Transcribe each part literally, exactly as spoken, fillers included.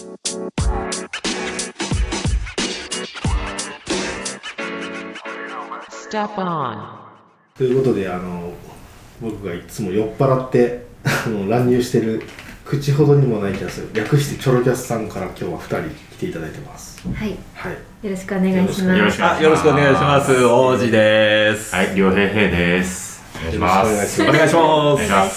Step on. ということで、あの僕がいつも酔っ払ってあの乱入してる口ほどにもないキャス、略してチョロキャスさんから今日はふたり来ていただいてます。 はい、 はい、 よろしくお願いします。 よろしくあよろしくお願いします。王子です。 はい、りょうへいへいです。お願いします。 お願いします。 お願いします。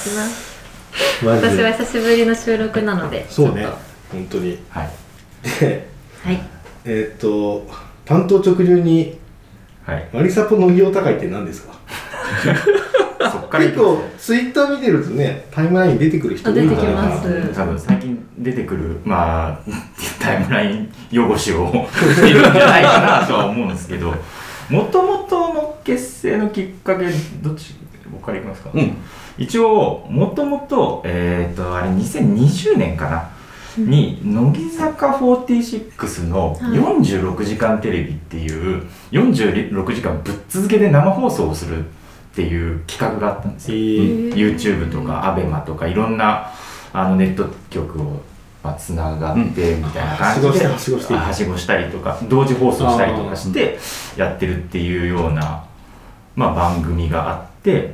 私は久しぶりの収録なので、 そうね、本当に。 はい。 で、 はい、 えっと担当直入に、 はい、 マリサポのぎお高いって何ですか？ そっから結構ツイッター見てるとね、タイムライン出てくる人多いんじゃないかなと思って。 多分最近出てくる、まあタイムライン汚しをしてるんじゃないかなとは思うんですけど、もともとの結成のきっかけ、どっち僕からいきますか？うん、一応もともとえっとあれにせんにじゅうねんかなに乃木坂フォーティーシックスのよんじゅうろくじかんテレビっていうよんじゅうろくじかんぶっ続けで生放送をするっていう企画があったんですよ。 YouTube とか アベマ とかいろんなあのネット局をつながってみたいな感じではしごしたりとか同時放送したりとかしてやってるっていうような、まあ、番組があって、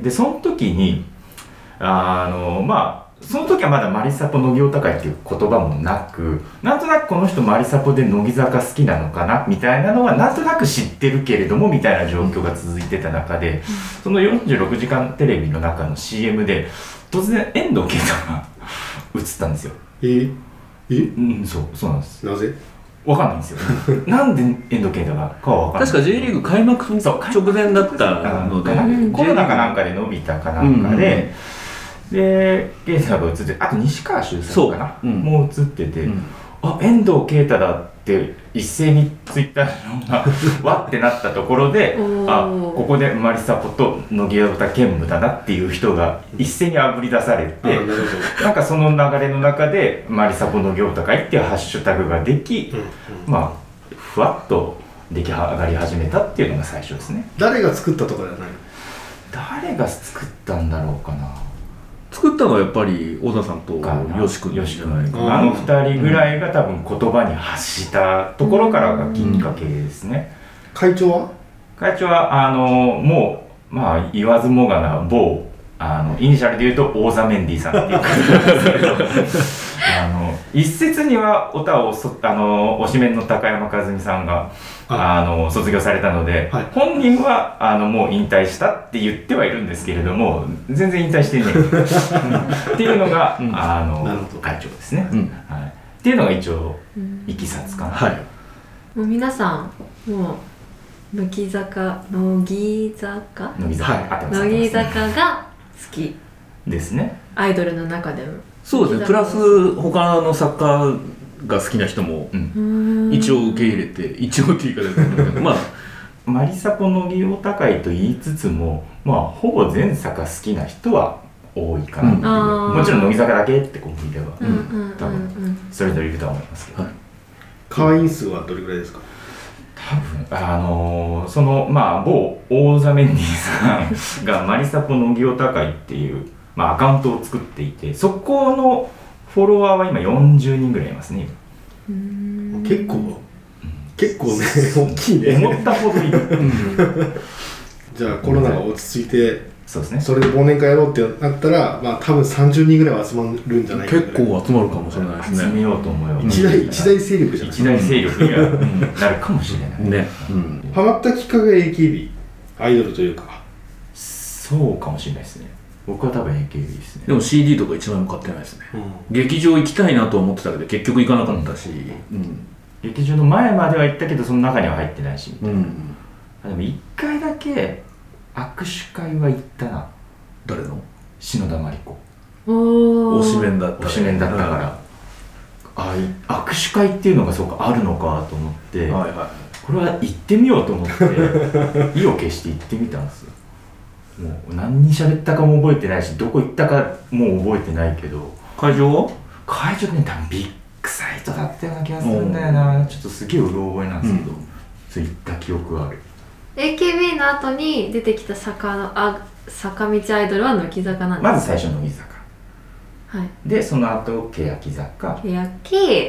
でその時にあのまあその時はまだマリサポ乃木お高いっていう言葉もなく、なんとなくこの人マリサポで乃木坂好きなのかなみたいなのはなんとなく知ってるけれどもみたいな状況が続いてた中で、そのよんじゅうろくじかんテレビの中の シーエム で突然遠藤啓太が映ったんですよ。 えー、えうん、そうそうなんです。 なぜ？ わかんないんですよ。なんで遠藤啓太がかはわかんない。 確か J リーグ開幕直前だったので、 コロナかなんかで伸びたかなんかで、で啓太が映って、あと西川周さんかな、うん、もう映ってて、うん、あ遠藤啓太だって一斉にツイッターがわってなったところであここでマリサポと乃木坂兼務だなっていう人が一斉にあぶり出されて、うん、なんかその流れの中でマリサポ乃木坂っていうハッシュタグができ、うんうん、まあふわっと出来上がり始めたっていうのが最初ですね。 誰が作ったとかじゃない？ 誰が作ったんだろうかな。 作ったのはやっぱり小田さんとよし君じゃないかな。 あのふたりぐらいが多分言葉に発したところからがきっかけですね。 うん、会長は会長はあのもうまあ言わずもがな某あのイニシャルで言うとオーザメンディさんっていう方なんですけどあの一説にはオタをそあの推しメンの高山和美さんがあの卒業されたので、はい、本人はあのもう引退したって言ってはいるんですけれども全然引退していないっていうのが、うん、あの会長ですね、うんはい、っていうのが一応いきさつかな、はい、 もう皆さんもう乃木坂乃木坂乃木坂、 はい、乃木坂が好きですね。 アイドルの中でもそうですね。プラス他の作家が好きな人も一応受け入れて、一応っていう言い方ですけど、まあマリサポ乃木お高いと言いつつも、まあほぼ全坂好きな人は多いかなっていう、うん、もちろん乃木坂だけってこう見れば、うん、多分それぞれいるとは思いますけど、はい、 会員数はどれぐらいですか？ 多分あのー、そのまあ某オーザメンディさんがマリサポ乃木お高いっていうまあ、アカウントを作っていて、そこのフォロワーは今よんじゅうにんぐらいいますね。 うーん結構、うん、結構ね大きいね。 思ったほどいるじゃあコロナが落ち着いて、 そうですね、 それで忘年会やろうってなったら、まあ、多分さんじゅうにんぐらいは集まるんじゃないかな。 結構集まるかもしれないですね。 集めようと思えば一大一大勢力じゃない一大勢力にはなるかもしれないね、うん、 ハマったきっかけが エーケービー アイドルというか。 そうかもしれないですね。僕は多分 エーケービー ですね。 でも シーディー とか一枚も買ってないですね、うん、劇場行きたいなと思ってたけど結局行かなかったし、うんうん、 劇場の前までは行ったけどその中には入ってないしみたいな、うん、でもいっかいだけ握手会は行ったな。 誰の？ 篠田麻里子。 推しメンだった、 推しメンだったから、あ握手会っていうのがそうかあるのかと思って、はいはい、これは行ってみようと思って意を決して行ってみたんですよ。もう何に喋ったかも覚えてないしどこ行ったかもう覚えてないけど。 会場は？ 会場ね多分ビッグサイトだったような気がするんだよな。ちょっとすげえうろ覚えなんですけど、うん、そういった記憶がある。 エーケービー の後に出てきた坂のあ坂道アイドルは乃木坂なんですか？ まず最初乃木坂、はい、でその後欅坂、 欅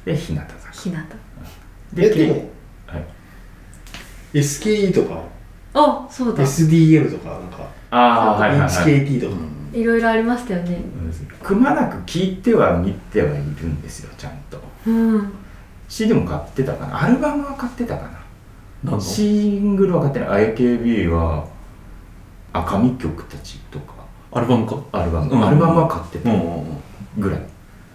で日向坂日向えでも、 はい、 エスケーイー とかあそうだエスディーエヌ とかなんかああはいはいはいエイチケーティー とか、 いろいろありましたよね。 くまなく聞いては見てはいるんですよちゃんと。 うんシーディー も買ってたかな、アルバムは買ってたかな、 何のシングルは買ってない。 エーケービー はあ神曲たちとかアルバムかアルバム、 うんアルバムは買ってたうんうんうんぐらい、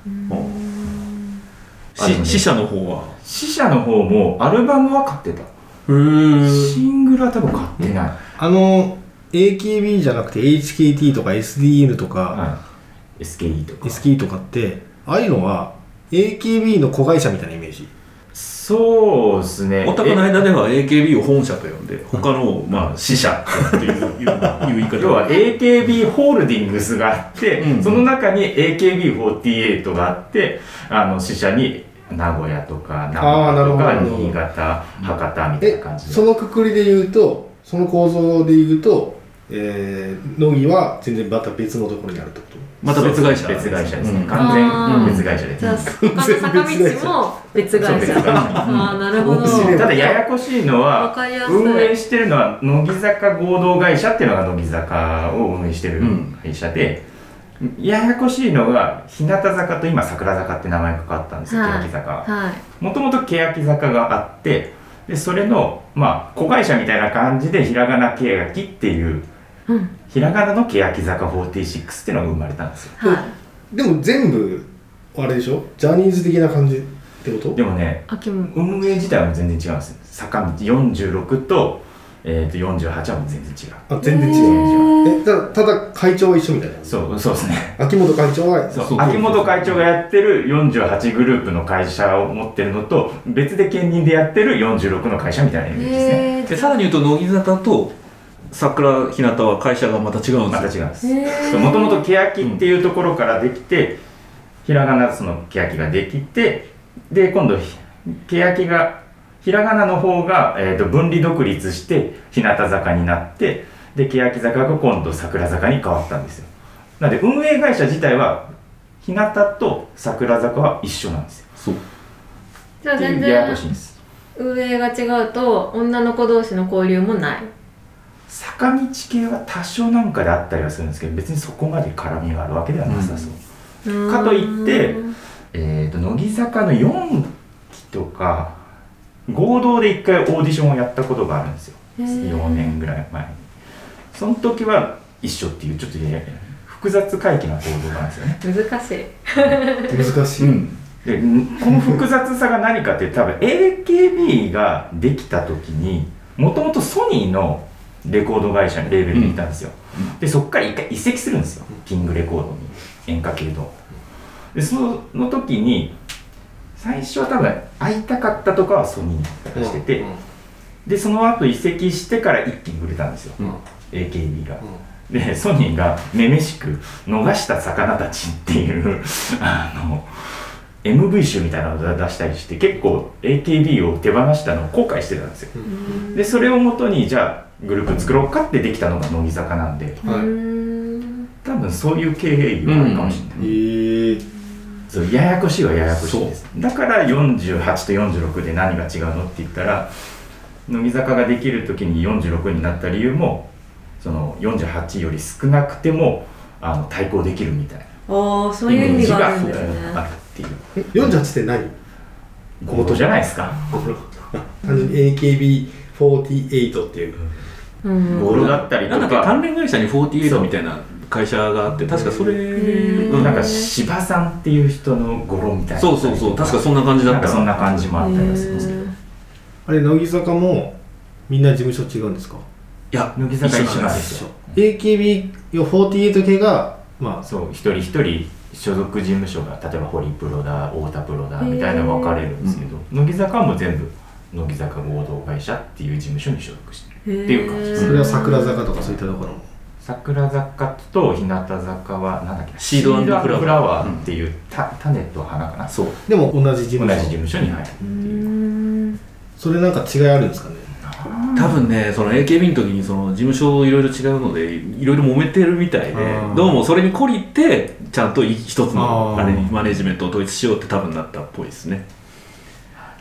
あでもねし死者の方は死者の方もアルバムは買ってた、 へえシングルは多分買ってない、 あの エーケービー じゃなくて エイチケーティー とか エスディーエヌ とか、 はい、エスケーイー とかエスケーイー とかってああいうのは エーケービー の子会社みたいなイメージ。 そうですね。 オタクの間では エーケービー を本社と呼んで他のまあ支社っていういういう言い方要は エーケービー ホールディングスがあって、 うんその中に エーケービーフォーティーエイト があって、あの支社に名古屋とか長あーなるほど野とか新潟、博多みたいなえ感じで、 そのくくりで言うとその構造で言うと、えー、乃木は全然また別のところにあるってこと？ また別会社別会社ですね、 うん完全別会社です、 じゃあ他の坂道も別会社。 そう別会社ああなるほど。 面白いただややこしいのわはかりやすい。 運営してるのは乃木坂合同会社っていうのが乃木坂を運営してるうん会社で、ややこしいのが日向坂と今桜坂って名前が変わったんですよ、 はい欅坂は。 はい。 もともと欅坂があって、でそれのまあ子会社みたいな感じでひらがな欅っていううんひらがなの欅坂フォーティーシックスっていうのが生まれたんですよ。 はい。 でも全部あれでしょ、ジャニーズ的な感じってこと？ でもね秋も。 運営自体は全然違うんですよ。坂道よんじゅうろくと、えー、とよんじゅうはちはもう全然違う。 あ全然違う。えただただ会長は一緒みたいな。 そうそうですね。 秋元会長はそうそう秋元会長がやってるよんじゅうはちグループの会社を持ってるのと別で兼任でやってるよんじゅうろくの会社みたいなイメージですね。 へでさらに言うと乃木坂と桜日向は会社がまた違うんまたですよ違うんです。 え。 もともと欅っていうところからできて、ひらがなその欅ができて、で今度ひ欅がひらがなの方が、えー、と分離独立して日向坂になって、で欅坂が今度桜坂に変わったんですよ。なので運営会社自体は日向と桜坂は一緒なんですよ。 そうじゃあ全っていうややこ然しいんです。 運営が違うと女の子同士の交流もない。 坂道系は多少なんかであったりはするんですけど、別にそこまで絡みがあるわけではなさそう、 うんかといってえー、と乃木坂のよんきとか合同でいっかいオーディションをやったことがあるんですよ、 へーよねんぐらい前に。その時は一緒っていうちょっとね複雑回帰な構造なんですよね。 難しい。 難しい。 うんでこの複雑さが何かって多分 エーケービー ができた時にもともとソニーのレコード会社にレーベルにいたんですよ、 うんでそこから一回移籍するんですよ、キングレコードに演歌系の。でその時に最初は多分会いたかったとかはソニーにしてて、 うんでその後移籍してから一気に売れたんですよ、 うんエーケービー が。 うんでソニーがめめしく逃した魚たちっていうあの エムブイ 集みたいなのを出したりして結構 エーケービー を手放したのを後悔してたんですよ。でそれをもとにじゃあグループ作ろうかってできたのが乃木坂なんで、 はいうん多分そういう経緯があるかもしれない、 えー、 そうややこしいはややこしいです。だからよんじゅうはちとよんじゅうろくで何が違うのって言ったら、乃木坂ができる時によんじゅうろくになった理由もそのよんじゅうはちより少なくてもあの対抗できるみたいなああそういう意味があるんですね。 あるっていうえよんじゅうはちって何？ 合同じゃないですか。 単純に エーケービーフォーティーエイトっていう。 うんゴールだったりとなんだっけか、 関連会社にフォーティーエイトみたいな会社があって確かそれ、 ーうんなんか柴さんっていう人の語呂みたいな。 そうそうそう確かそんな感じだったなんかそんな感じもあったりはするんですけど、 へーあれ乃木坂もみんな事務所違うんですか？ いや乃木坂一緒なんですよ。 エーケービー フォーティーエイト系がまあそう一人一人所属事務所が例えばホリプロだ太田プロだみたいなのが分かれるんですけど、乃木坂はもう全部乃木坂合同会社っていう事務所に所属してるっていう感じです。 それは桜坂とかそういったところも。 桜坂と日向坂はなんだっけな、 シード&フラワーフラワーっていう、た種と花かな、 そうでも同じ事同務所。 じ事務所に入るってういう。 んそれなんか違いあるんですかね？ 多分ねその エーケービー の時にその事務所いろいろ違うのでいろいろ揉めてるみたいであーどうもそれに懲りてちゃんと一つのあーあれにマネジメントを統一しようって多分なったっぽいですね。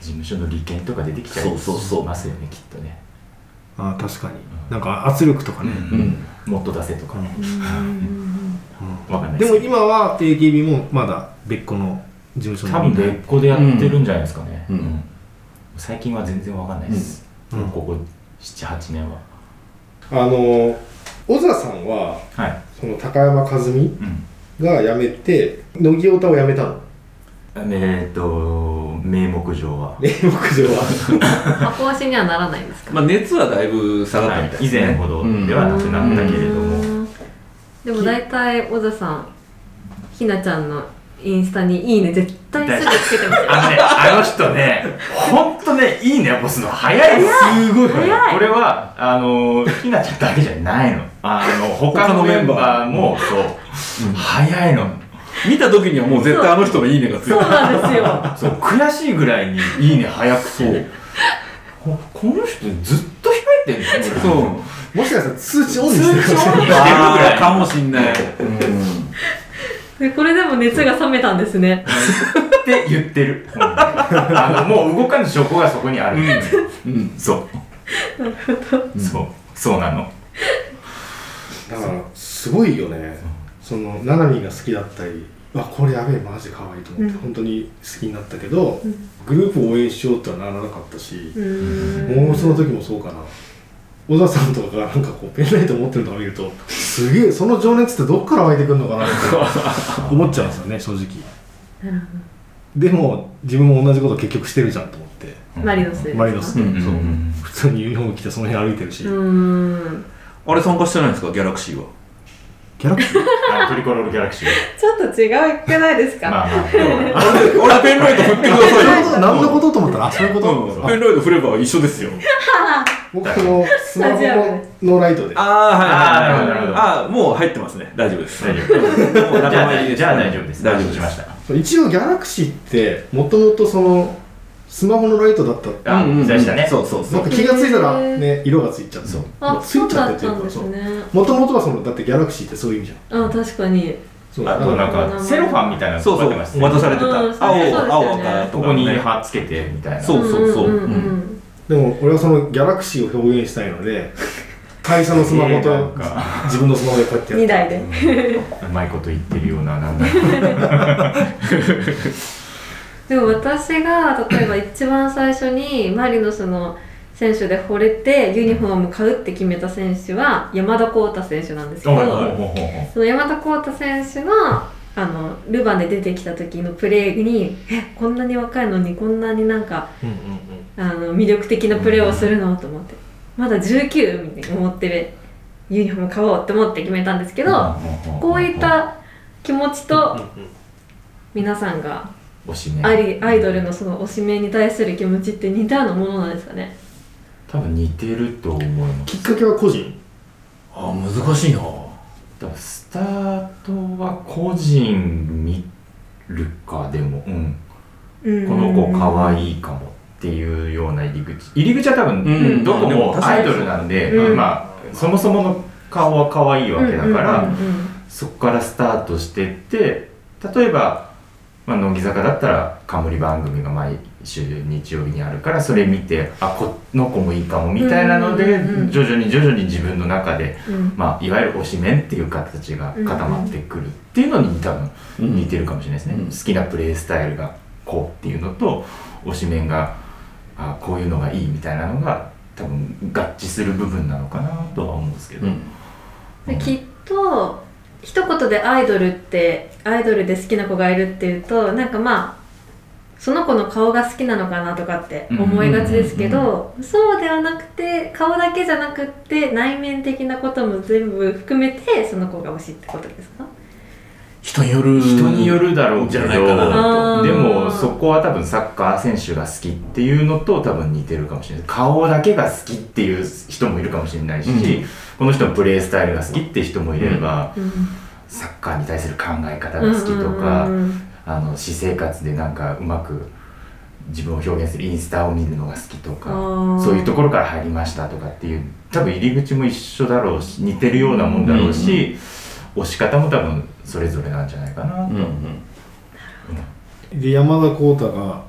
事務所の利権とか出てきちゃいそうそうそうますよねきっとね。 あ確かになんか圧力とかね、 もっと出せとかね、 うんわかんないでも今は エーケービー もまだ別個の事務所に多分別個でやってるんじゃないですかね、 うんうん最近は全然わかんないです、 うんここななはちねんは。 あの小沢さんははい、 その高山和美うんが辞めて乃木太田を辞めたの。 えっ、ー、と名目上は、 名目上は箱推しにはならないんですか？ まあ熱はだいぶ下がったみたいですね、 はい以前ほどではなくなったけれども、 うんでも大体小田さんひなちゃんのインスタにいいね絶対すぐつけてますよ。 あのね、あの人ね、ほんとね、いいね押すの早いすごい早いこれは、あの、ひなちゃんだけじゃないの。あの、他のメンバーも、そう、早いの。 見た時にはもう絶対あの人のいいねがついてる。 そうなんですよ。 そう、悔しいぐらいにいいね早くて。ここの人ずっと開いてんのそうもしかしたら通知オンにしてるかもしれない。 通知オンにしてるぐらいあーかもしんない、 でこれでも熱が冷めたんですね。 って言ってる。あの、もう動かぬ証拠がそこにある。 うんうん、 そう。そう、そうなの。 だからすごいよね。そのナナミが好きだったり、わこれやべえマジ可愛いと思って、 うん本当に好きになったけど、 んグループを応援しようとはならなかったし、 うーんもうその時もそうかな。小田さんとかがなんかこうペンライト持ってるのを見ると、すげえその情熱ってどっから湧いてくるのかなって思っちゃうんですよね正直。 なるほでも自分も同じこと結局してるじゃんと思って。 ど。マリノスですか？ マリノスで、 うんうんうんそう普通にユニフォーム着てその辺歩いてるし、 うーん。 あれ参加してないんですかギャラクシーは。 ギャラクシーあのトリコロールギャラクシー。 ちょっと違うくないですか？ まあまあ、 俺ペンライト振ってくださいよ。 何のことと思ったら、あそういうこと、 うん、ペンライト振れば一緒ですよ。 僕このスマホののライトでああはいはいはいあーなるほどああもう入ってますね。大丈夫です。 大丈夫。 もう仲じゃあ、 間入りです。 じゃあ大丈夫です。 大丈夫ですしました。 そう一応ギャラクシーってもともとそのスマホのライトだったあ、 うんうんうんでしたね。 そうそうそうなんか。気がついたらね色がついちゃってそうあ、 ついちゃそうだってっていうかそうったんですね。 もともとはそのだってギャラクシーってそういう意味じゃんあ、確かに。 そうあとなんだからか、セロファンみたいなのそうそう配ってましたね渡されてた。 うんそう青ですよね青赤とここにかね。 貼っつけてみたいな。 そうそうそう。 んんんでも俺はそのギャラクシーを表現したいので会社のスマホえーなんとか自分のスマホでこうやってやって二台で。 うまいこと言ってるような、なんだろう。 でも私が例えば一番最初にマリノスの選手で惚れてユニフォーム買うって決めた選手は山田浩太選手なんですけど、 はいはいはいはいその山田浩太選手のあのルヴァンで出てきた時のプレーにえこんなに若いのにこんなになんかうんうんあの魅力的なプレーをするのと思ってまだじゅうきゅうみたいに思ってユニフォーム買おうって思って決めたんですけどこういった気持ちと皆さんが推しね。 アリアイドルのその推しメンに対する気持ちって似たようなものなんですかね。 多分似てると思います。 きっかけは個人ああ難しいな。 だからスタートは個人見るかでも、うん、 うんこの子可愛いかもっていうような入り口入り口は多分、 うんどこでも確かにもアイドルなんで、 うんまあそもそもの顔は可愛いわけだから、 うんうんうんうんそこからスタートしてって例えば、まあ、乃木坂だったら冠番組が毎週日曜日にあるからそれ見てあこの子もいいかもみたいなので、 うんうんうん徐々に徐々に自分の中で、 うんまあ、いわゆる推しメンっていう形が固まってくるっていうのに多分似てるかもしれないですね、 うん好きなプレースタイルがこうっていうのと推しメンがあこういうのがいいみたいなのが多分合致する部分なのかなとは思うんですけど、 うんできっと一言でアイドルってアイドルで好きな子がいるっていうとなんかまあその子の顔が好きなのかなとかって思いがちですけど、そうではなくて顔だけじゃなくって内面的なことも全部含めてその子が推しってことですか？ 人による人によるだろうけどじゃないかなとでもそこは多分サッカー選手が好きっていうのと多分似てるかもしれない顔だけが好きっていう人もいるかもしれないし、 うんこの人のプレースタイルが好きって人もいれば、 うんサッカーに対する考え方が好きとか、 うんうんうんあの私生活でなんかうまく自分を表現するインスタを見るのが好きとかあーそういうところから入りましたとかっていう多分入り口も一緒だろうし似てるようなもんだろうし、推し方も多分それぞれなんじゃないかなと、 うんうんで山田浩太が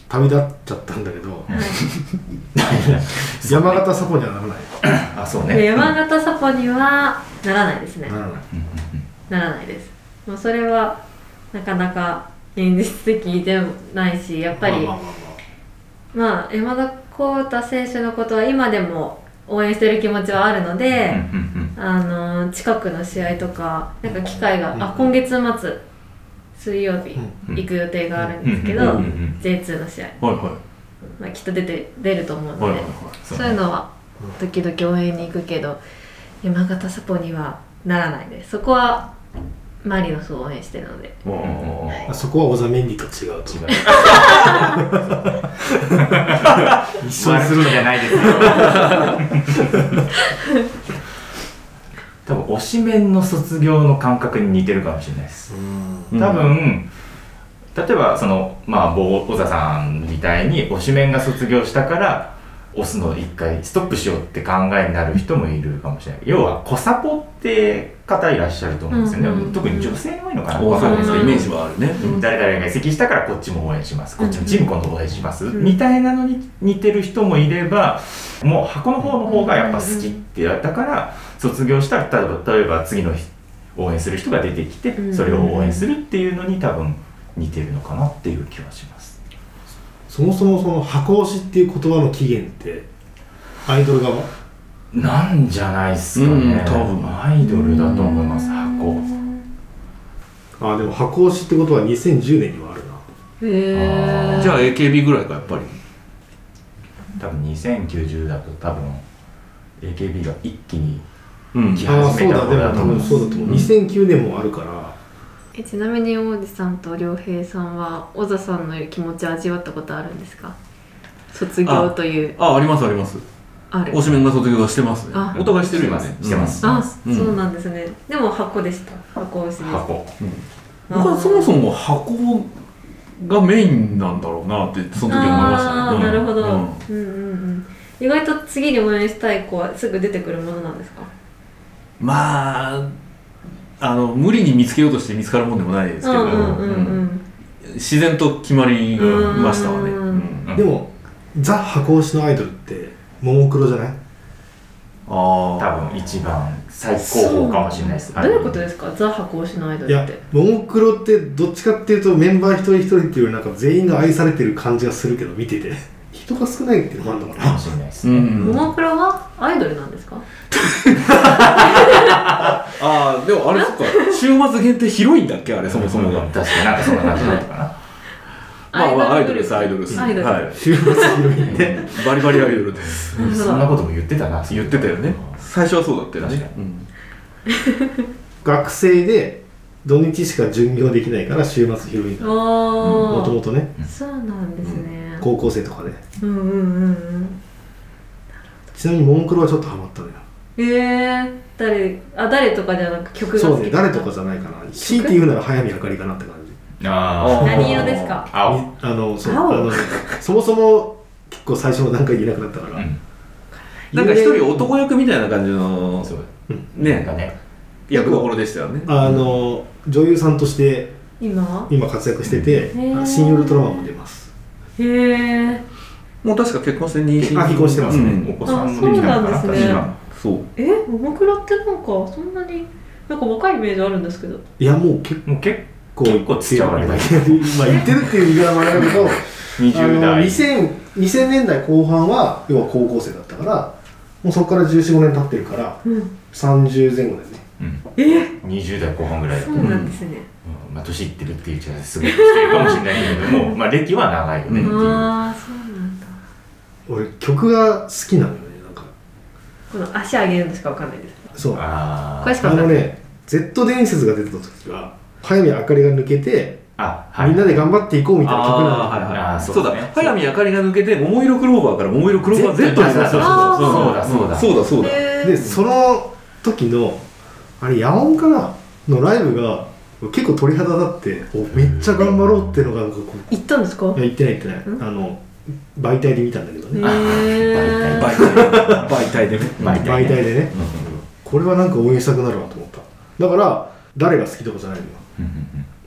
旅立っちゃったんだけど、 はい山形サポにはならない。 あ、そうでね。 山形サポにはならないですね。 ならない。 ならないです。もうそれはなかなか現実的でもないし、やっぱりまあまあまあままあ山田浩太選手のことは今でも応援してる気持ちはあるので、あの近くの試合とかなんか機会が、 うんあ今月末水曜日うん行く予定があるんですけど、 うんうんうんうんジェイツー の試合、 はいはいまあ、きっと出て出ると思うので、 はいはいはいそういうのは時々応援に行くけど山形サポにはならないです。そこはマリノスを応援してるので。 おあそこはオザメンディと違うと。 違う。 一緒にするのじゃないですよ。多分推しメンの卒業の感覚に似てるかもしれないです。 うん多分、例えばそのまあ坊小田さんみたいに推しメンが卒業したから押すのを一回ストップしようって考えになる人もいるかもしれない。要は小サポって方いらっしゃると思うんですよね、 うんうんうん特に女性多いのかな、 おわかんないですけど、 イメージはあるね、 うん誰々が移籍したからこっちも応援します、こっちのチーム今度応援します、 うんみたいなのに似てる人もいれば、もう箱の方の方がやっぱ好きってやったから卒業したら例えば例えば次の応援する人が出てきてうんそれを応援するっていうのに多分似てるのかなっていう気はします。 そもそもその箱推しっていう言葉の起源ってアイドル側？ なんじゃないっすかね、 うん多分アイドルだと思います箱。 あでも箱推しってことはにせんじゅうねんにはあるな。 へえ。 じゃあ エーケービー ぐらいかやっぱり。 多分にせんきゅうじゅうだと多分 エーケービー が一気にうん来ああそう始めただでも多分頃だと思います。 そうだと思う。にせんきゅうねんもあるから。 えちなみに王子さんと良平さんは小田さんの気持ちを味わったことあるんですか？卒業というあありますあります。 ある。 推しメンが卒業はしてますね。 あお互いしてるよね。 してますあ、 うんそうなんですね。でも箱でした。箱推しです。 箱うん僕はそもそも箱がメインなんだろうなってその時思いましたね。 ああ、 うんなるほど、 うんうんうんうん意外と次に応援したい子はすぐ出てくるものなんですか？ まああの無理に見つけようとして見つかるもんでもないですけど、 うんうんうんうんうん自然と決まりがましたわね。 うんうんでもザ箱推しのアイドルってももクロじゃない？ ああ多分一番最高峰かもしれないです。 どういうことですか？ザ箱推しのアイドいやルって。 ももクロってどっちかっていうとメンバー一人一人っていうよりなんか全員が愛されてる感じがするけど見てて人が少ないっていうのもあるのかな。 かもしれないですね。 うんももクロはアイドルなんですか？ ああでもあれそっか週末限定広いんだっけあれそもそもが。 確かになんかそんな感じだったかな。 まあまあアイドルですアイドルです。 アイドルはい。 週末広いんでバリバリアイドルです。 なるほどそんなことも言ってたな。 言ってたよね。最初はそうだったよね。 確かうん学生で土日しか巡業できないから週末広いんだ。もとあもとねあ、そうなんですね。 高校生とかで。 うんうんうんうん。 ちなみにももクロはちょっとハマったのよ。 えー、誰あ誰とかじゃなく曲がそうね好き誰とかじゃないかな。強いて言うなら早見あかりかなって感じ。 あー何色ですか？ 青。 みあのそう青あのそもそも結構最初の段階でいなくなったから、 うんなんか一人男役みたいな感じのそう。なんねかね。 役どころでしたよね。 あの女優さんとして今？ 今活躍してて、 ーあ新ウルトラマンも出ます。 へえ。 もう確か結婚して妊娠。 あ結婚してますねうんお子さんもできたのかな。 あそうなんですね確かそう。 え、ももクロってなんかそんなになんか若いイメージあるんですけど。 いやもう結もう結構結構付き合われたまあ言ってるっていう言い方もあれだけどにじゅうあの代。 にせん にせんねんだいこう半は要は高校生だったからもうそこからじゅうよん、ごねん経ってるからうん。 さんじゅうぜん後だよね。 うんえ、 にじゅう代後半ぐらいだと。 そうなんですね。 うんまあ年いってるっていうじゃすごいしてるかもしれないけれども、まあ歴は長いよねっていう。 ああ、そうなんだ。 俺曲が好きなのよねなんかこの足上げるのしかわかんないです。 そうああー詳しかった。 のね Z 伝説が出てた時は早見あかりが抜けてあ、はい。 みんなで頑張っていこうみたいな曲なの。 あーはいはいあーそだそううだね早見あかりが抜けて桃色クローバーから桃色クローバー Z になった。 そうあーそうだそうだそうだそうだ。 へーでその時のあれ野音かなのライブが結構鳥肌立っておめっちゃ頑張ろうっていうのがなんかこう行ったんですか？ いや言ってない言ってないんあの媒体で見たんだけどね、 へー媒媒体媒体でね。 媒体媒体でね、これはなんか応援したくなるなと思っただから誰が好きとかじゃないのようんうんうん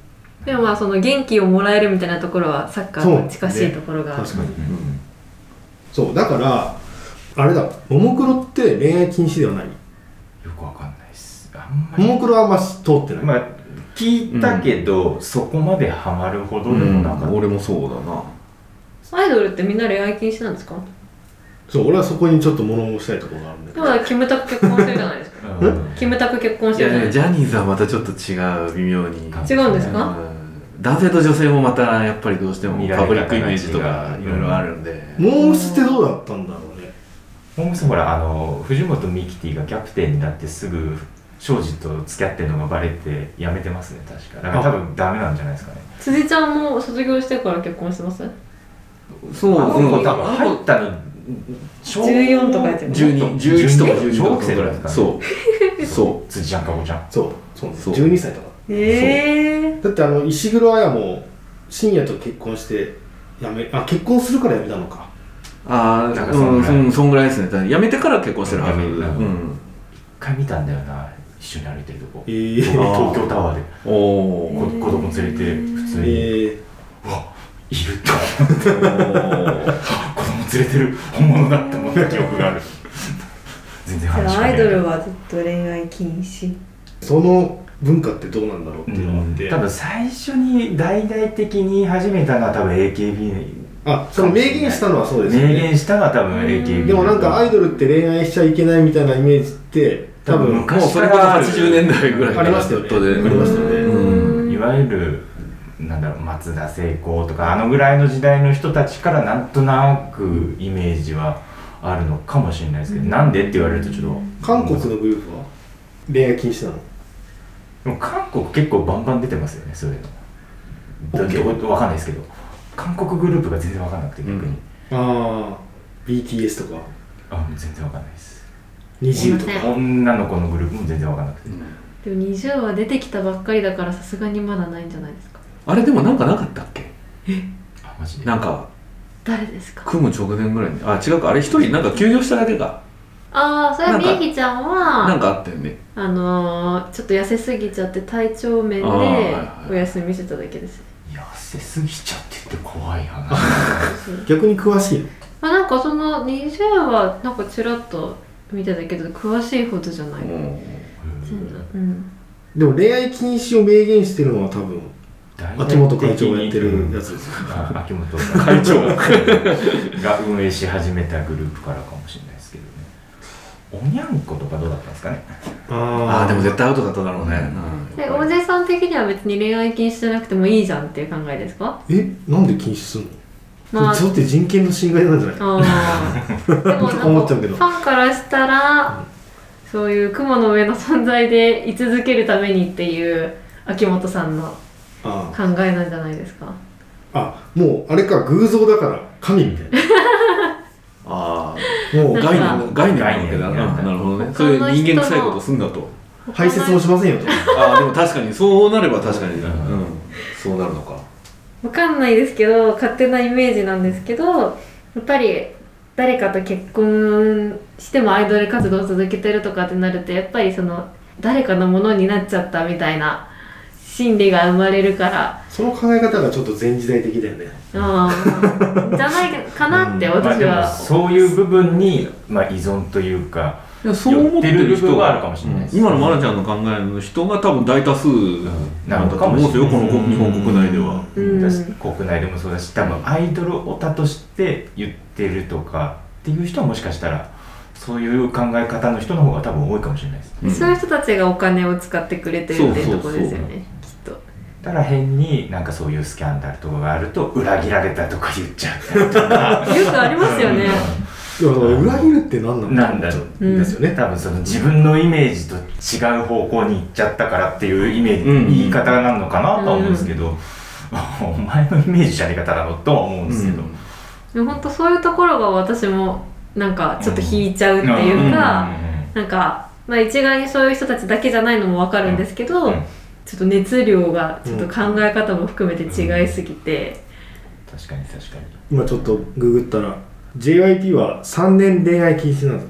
でもまあその元気をもらえるみたいなところはサッカーと近しいところがある。 確かに、 うんそうだからあれだ、ももクロって恋愛禁止ではない？ よくわかんないですあんまりももクロはあんま通ってない、 まあ聞いたけど、うん、そこまでハマるほどでもなかった、 うん、俺もそうだな。 アイドルってみんな恋愛禁止なんですか？ そう俺はそこにちょっと物申したいところがあるんだけど、 だからキムタク結婚してるじゃないですかうんキムタク結婚しいやてるじゃないですか。 ジャニーズはまたちょっと違う、微妙に。 違うんですか？ うん男性と女性もまたやっぱりどうしても見られ方がパブリックイメージとかいろいろあるんで、 モームスってどうだったんだろうね。 モームスほらあの藤本美貴ティがキャプテンになってすぐ庄司と付き合ってるのがバレて辞めてますね確か。だから多分ダメなんじゃないですかね。 辻ちゃんも卒業してから結婚してます？ そう、 あの子多分入ったのじゅうよんとかやってるじゅうに、じゅういちとかじゅうにとか小学生ぐらいですかね。 そうそう辻ちゃんかごちゃん。 そうそうそうじゅうにさいとかええー、 だってあの石黒彩も深夜と結婚してやめあ結婚するからやめたのか。 ああ、うん、そんそんぐらいですね。辞めてから結婚してるはず。 辞めるうん一回見たんだよな一緒に歩いてるとこ、 えー、 東京タワーでおお子供連れて普通に、 えうわいると思って子供連れてる本物だって思った記憶がある全然じ話しかけないゃあアイドルはずっと恋愛禁止。 ー、その文化ってどうなんだろうっていうのがあって、 多分最初に大々的に始めたのは多分 エーケービーあその明言したのはそうですよ明ね。 言したのは多分 エーケービーでもなんかアイドルって恋愛しちゃいけないみたいなイメージって多分多分もうそれこそはちじゅうねんだいぐらいありましたよね。 ずっとでありましたよね。 うんいわゆるなんだろう松田聖子とかあのぐらいの時代の人たちからなんとなくイメージはあるのかもしれないですけど、なんでって言われるとちょっと韓国のグループは恋愛禁止なの？ でも韓国結構バンバン出てますよねそういうの。どどわかんないですけど韓国グループが全然わかんなくて逆に、 ああ ビーティーエス とかあ全然わかんないです。 ニジューとか。 女の子のグループも全然わかんなくて、 でもにじゅうは出てきたばっかりだからさすがにまだないんじゃないですか。 あれでもなんかなかったっけ？ あマジでなんか誰ですか？ 組む直前ぐらいに、あ違うか、あれ一人なんか休業しただけか。 ああそれはみえひちゃんはなんかあったよね。 あのー、ちょっと痩せすぎちゃって体調面であーはいはいお休みしてただけです。 痩せすぎちゃってって怖い話逆に詳しいの？ あなんかそのにじゅうはなんかちらっと見てたけど詳しいほどじゃない。 うん全然うんでも恋愛禁止を明言してるのは多分秋元会長がやってるやつですよ。 あ秋元会長が運営し始めたグループからかもしれないですけどね。おにゃんことかどうだったんですかね。 ああでも絶対アウトだっただろうね。 でおじさん的には別に恋愛禁止じゃなくてもいいじゃんっていう考えですか？ えなんで禁止するの？ まあそれって人権の侵害なんじゃない？ あーでもなんか思っちゃうけどファンからしたら、そういう雲の上の存在で居続けるためにっていう秋元さんのあ考えなんじゃないですか？ あもうあれか偶像だから神みたいな。 あもうなんか概念概念なわけだな。 概念なるほどね。 他そういうの人の人間臭いことすんだと。 排泄もしませんよと。 ああでも確かにそうなれば確かに、 ううんん、そうなるのか。 わかんないですけど勝手なイメージなんですけどやっぱり誰かと結婚してもアイドル活動を続けてるとかってなるとやっぱりその誰かのものになっちゃったみたいな心理が生まれるからその考え方がちょっと前時代的だよね。 あーじゃないかなってうん私は、 まあ、でもそういう部分に、まあ、依存というかいやそう思ってる人部分はあるかもしれないです、 うん今のマナちゃんの考えの人が多分大多数なんだと思うんですよ、この国日本国内では。 うんだし国内でもそうだし多分アイドルオタとして言ってるとかっていう人はもしかしたらそういう考え方の人の方が多分多いかもしれないです。 うんそういう人たちがお金を使ってくれてるっていうところですよねきっと。 だから変になんかそういうスキャンダルとかがあると裏切られたとか言っちゃったりとかよくありますよね。 いやだから裏切るって何なのなんだろうですよね。 多分その自分のイメージと違う方向に行っちゃったからっていうイメージ、 うん言い方がなるのかなとは思うんですけど、お前のイメージじゃねえかただのとは思うんですけど、 でも本当そういうところが私もなんかちょっと引いちゃうっていうか、なんか、まあ、一概にそういう人たちだけじゃないのも分かるんですけど、 うんうんちょっと熱量がちょっと考え方も含めて違いすぎて、 確かに確かに今ちょっとググったら ジェイワイピー はさんねん恋愛禁止なんだって。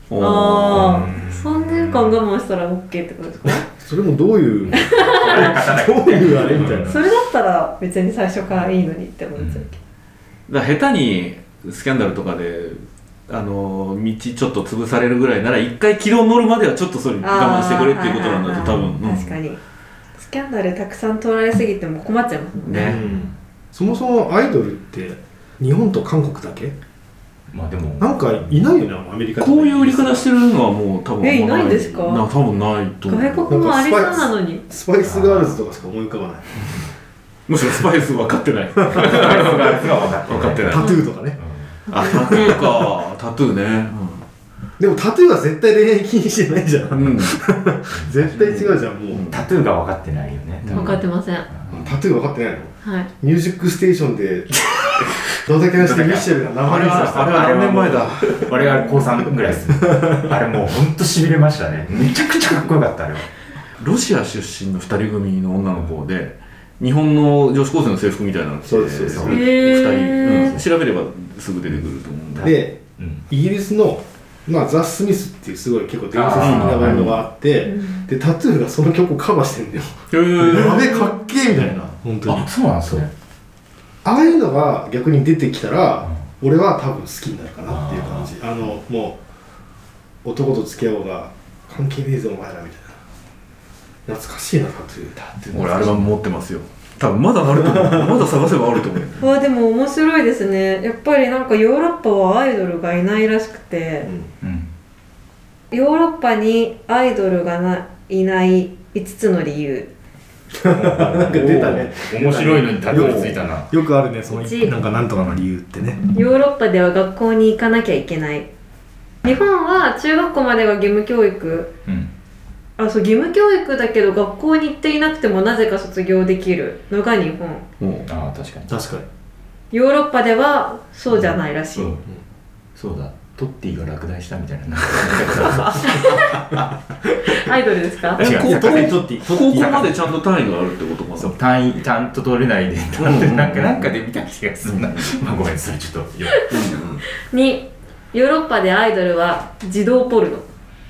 おーあうんあさんねんかん我慢したら OK ってことですか？ それもどういうどういうあれみたいな。 それだったら別に最初からいいのにって思っちゃうけど、 だから下手にスキャンダルとかであの道ちょっと潰されるぐらいなら一回軌道乗るまではちょっとそれ我慢してくれっていうことなんだと多分、 あーはいはいはいはい確かにスキャンダルたくさん取られすぎても困っちゃいますもんね。 ねうんそもそもアイドルって日本と韓国だけまあでもなんかいないよね、アメリカとかこういう売り方してるのはもう多分えいないんですかな多分ないと思う。 外国もありそうなのに。 スパイスガールズとかしか思い浮かばない。 むしろスパイス分かってない分スパイスガールズが分かってかってないタトゥーとかね。 あタトゥーかタトゥーねでもタトゥーは絶対恋愛禁止してないじゃん。 うん、うん、 絶対違うじゃん、もう。 タトゥーが分かってないよね分かってません。 タトゥー分かってないの？ はい。 ミュージックステーションでドタキャンしてミッシェルが生演奏した。 あれは何年前だ。 我々高さんぐらいですあれもうほんとしびれましたね。めちゃくちゃかっこよかったあれは。 ロシア出身のふたり組の女の子で日本の女子高生の制服みたいなの着てそうですそうですふたり、 へーうん、調べればすぐ出てくると思うんでで、 うんイギリスの、まあ、ザ・スミスっていうすごい結構伝説的なバンドがあって、 うんでタトゥーがその曲をカバーしてんだよ。 へーやべえかっけえみたいな、本当に。 あ、そうなんですね。 ああいうのが逆に出てきたら、俺は多分好きになるかなっていう感じ。あのもう男と付き合おうが関係ねえぞお前らみたいな。懐かしいなタトゥー。タトゥー俺アルバム持ってますよ多分まだあると思うまだ探せばあると思うあでも面白いですね。やっぱりなんかヨーロッパはアイドルがいないらしくて、 うん。 ヨーロッパにアイドルがないないいつつの理由。 なんか出たね。 面白いのにたどり着いたな。 よくあるね、その一なんかなんとかの理由ってね。 ヨーロッパでは学校に行かなきゃいけない。日本は中学校までが義務教育。 うん。 あそう義務教育だけど学校に行っていなくてもなぜか卒業できるのが日本。 もうああ、確かに。 確かに。 ヨーロッパではそうじゃないらしい。 そう。そうだ。トッティが落第したみたいな。 アイドルですか？ 違う高校トッティトッティトッティ高校までちゃんと単位があるってことかなそう、単位ちゃんと取れないで、なんうんうんかなんかなんかで見た気がするな。まあごめん、それちょっとよ。 にヨーロッパでアイドルは児童ポルノ。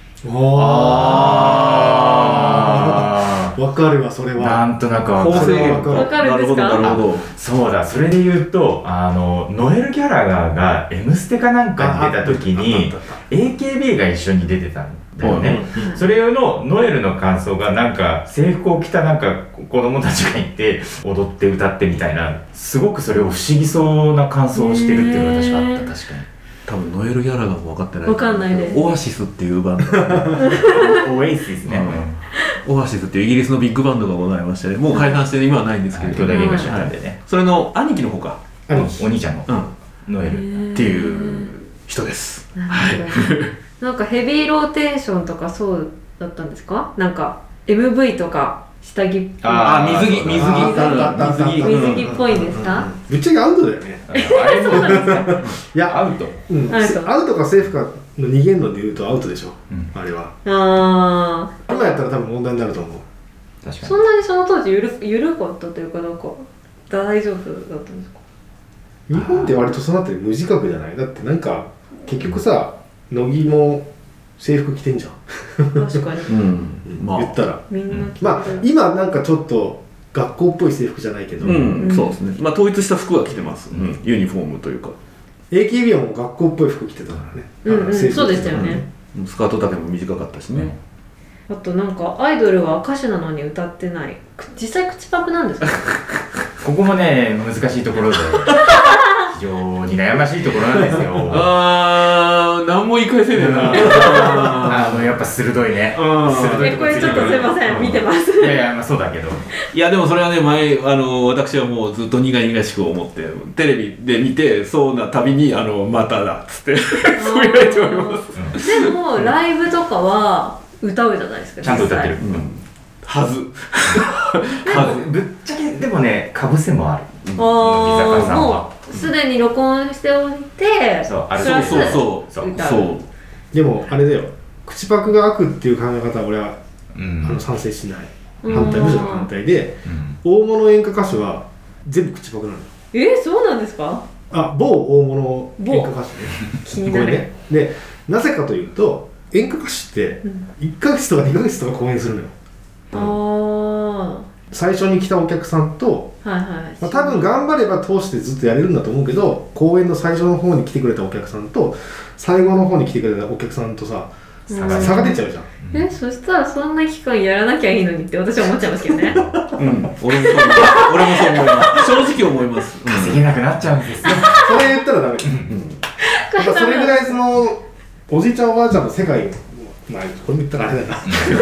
ああわかるわ、それあ。なは。 んとなくわ構かる。 成員わかるんですかなるほどなるほどそうだ、それで言うと、あの、ノエル・ギャラガーが「M ステ」かなんかに出た時に エーケービー が一緒に出てたんだよね。それのノエルの感想がなんか制服を着たなんか子供たちがいて踊って歌ってみたいな、すごくそれを不思議そうな感想をしてるっていうのが確かあった。確かに多分ノエル・ギャラガーも分かってない分かんないですオアシスっていうバンドオエイシスね。 オアシスっていうイギリスのビッグバンドがございましてねもう解散して今はないんですけれど兄弟喧嘩しちゃったんでね。 それの兄貴の方か兄お兄ちゃんのうんノエル。 っていう人ですなるほど。なんかヘビーローテーションとかそうだったんですか？なんか エムブイ とか下着っぽいあー水着水着あーあったあったあった水着水着っぽいんですか？ ぶっちゃけアウトだよね。 あれもそうなんですか？ いや、 アウト。 うん、 アウトアウトかセーフかの逃げんので言うとアウトでしょ、 うんあれは。 あ今やったら多分問題になると思う。 あ、 確かそんなにその当時ゆるゆるかったというかなんか大丈夫だったんですか？ 日本って割とそうなってる無自覚じゃない？だってなんか結局さ、乃木も制服着てんじゃん。 確かに。 うんまあ言ったら。 みんな着てる。 まあ今なんかちょっと学校っぽい制服じゃないけど、 うん、 うんそうですねまあ統一した服は着てます、うん、ユニフォームというかエーケービー はもう学校っぽい服着てたからね。 うんうんあの制服着てたそうでしたよね。 スカート丈も短かったしね、 あとなんかアイドルは歌手なのに歌ってない。く実際口パクなんですか？ ここもね、難しいところで、非常に悩ましいところなんですよ。 あー何も言い返せねえなあの、やっぱ鋭いね。 うん鋭いえこれちょっとすいません見てます。 いやいや、まあそうだけど。 いやでもそれはね前あの私はもうずっと苦々しく思ってテレビで見てそうなたびにあのまただっつってつぶやいておりますでもライブとかは歌うじゃないですか。 ちゃんと歌ってる。 実際うんはずはず、ぶっちゃけ、でもね、かぶせもある。乃木ああ坂さんは。 もうすでに録音しておいて、 そう、あるプラスそうそうそう歌うそうでもあれだよ、口パクが悪っていう考え方は俺は、 うん。 あの賛成しない。 うん反対、むしろ反対で、 うん大物演歌歌手は全部口パクなのよ。 えそうなんですか？ あ、某大物演歌歌手ね。 気になる。 これね。で、なぜかというと、 演歌歌手っていっかげつとかにかげつとか公演するのよ。 あ最初に来たお客さんと、 あはいはい、 まあ、多分頑張れば通してずっとやれるんだと思うけど、公演の最初の方に来てくれたお客さんと最後の方に来てくれたお客さんとさ、 うん差が差が出ちゃうじゃん。 えそしたらそんな期間やらなきゃいいのにって私は思っちゃいますけどねうん、俺もそう思います俺もそう思います正直思います、うん稼げなくなっちゃうんですよ。 それ言ったらダメ。やっぱそれぐらいそのおじいちゃんおばあちゃんの世界、まあこれも言ったらあれだな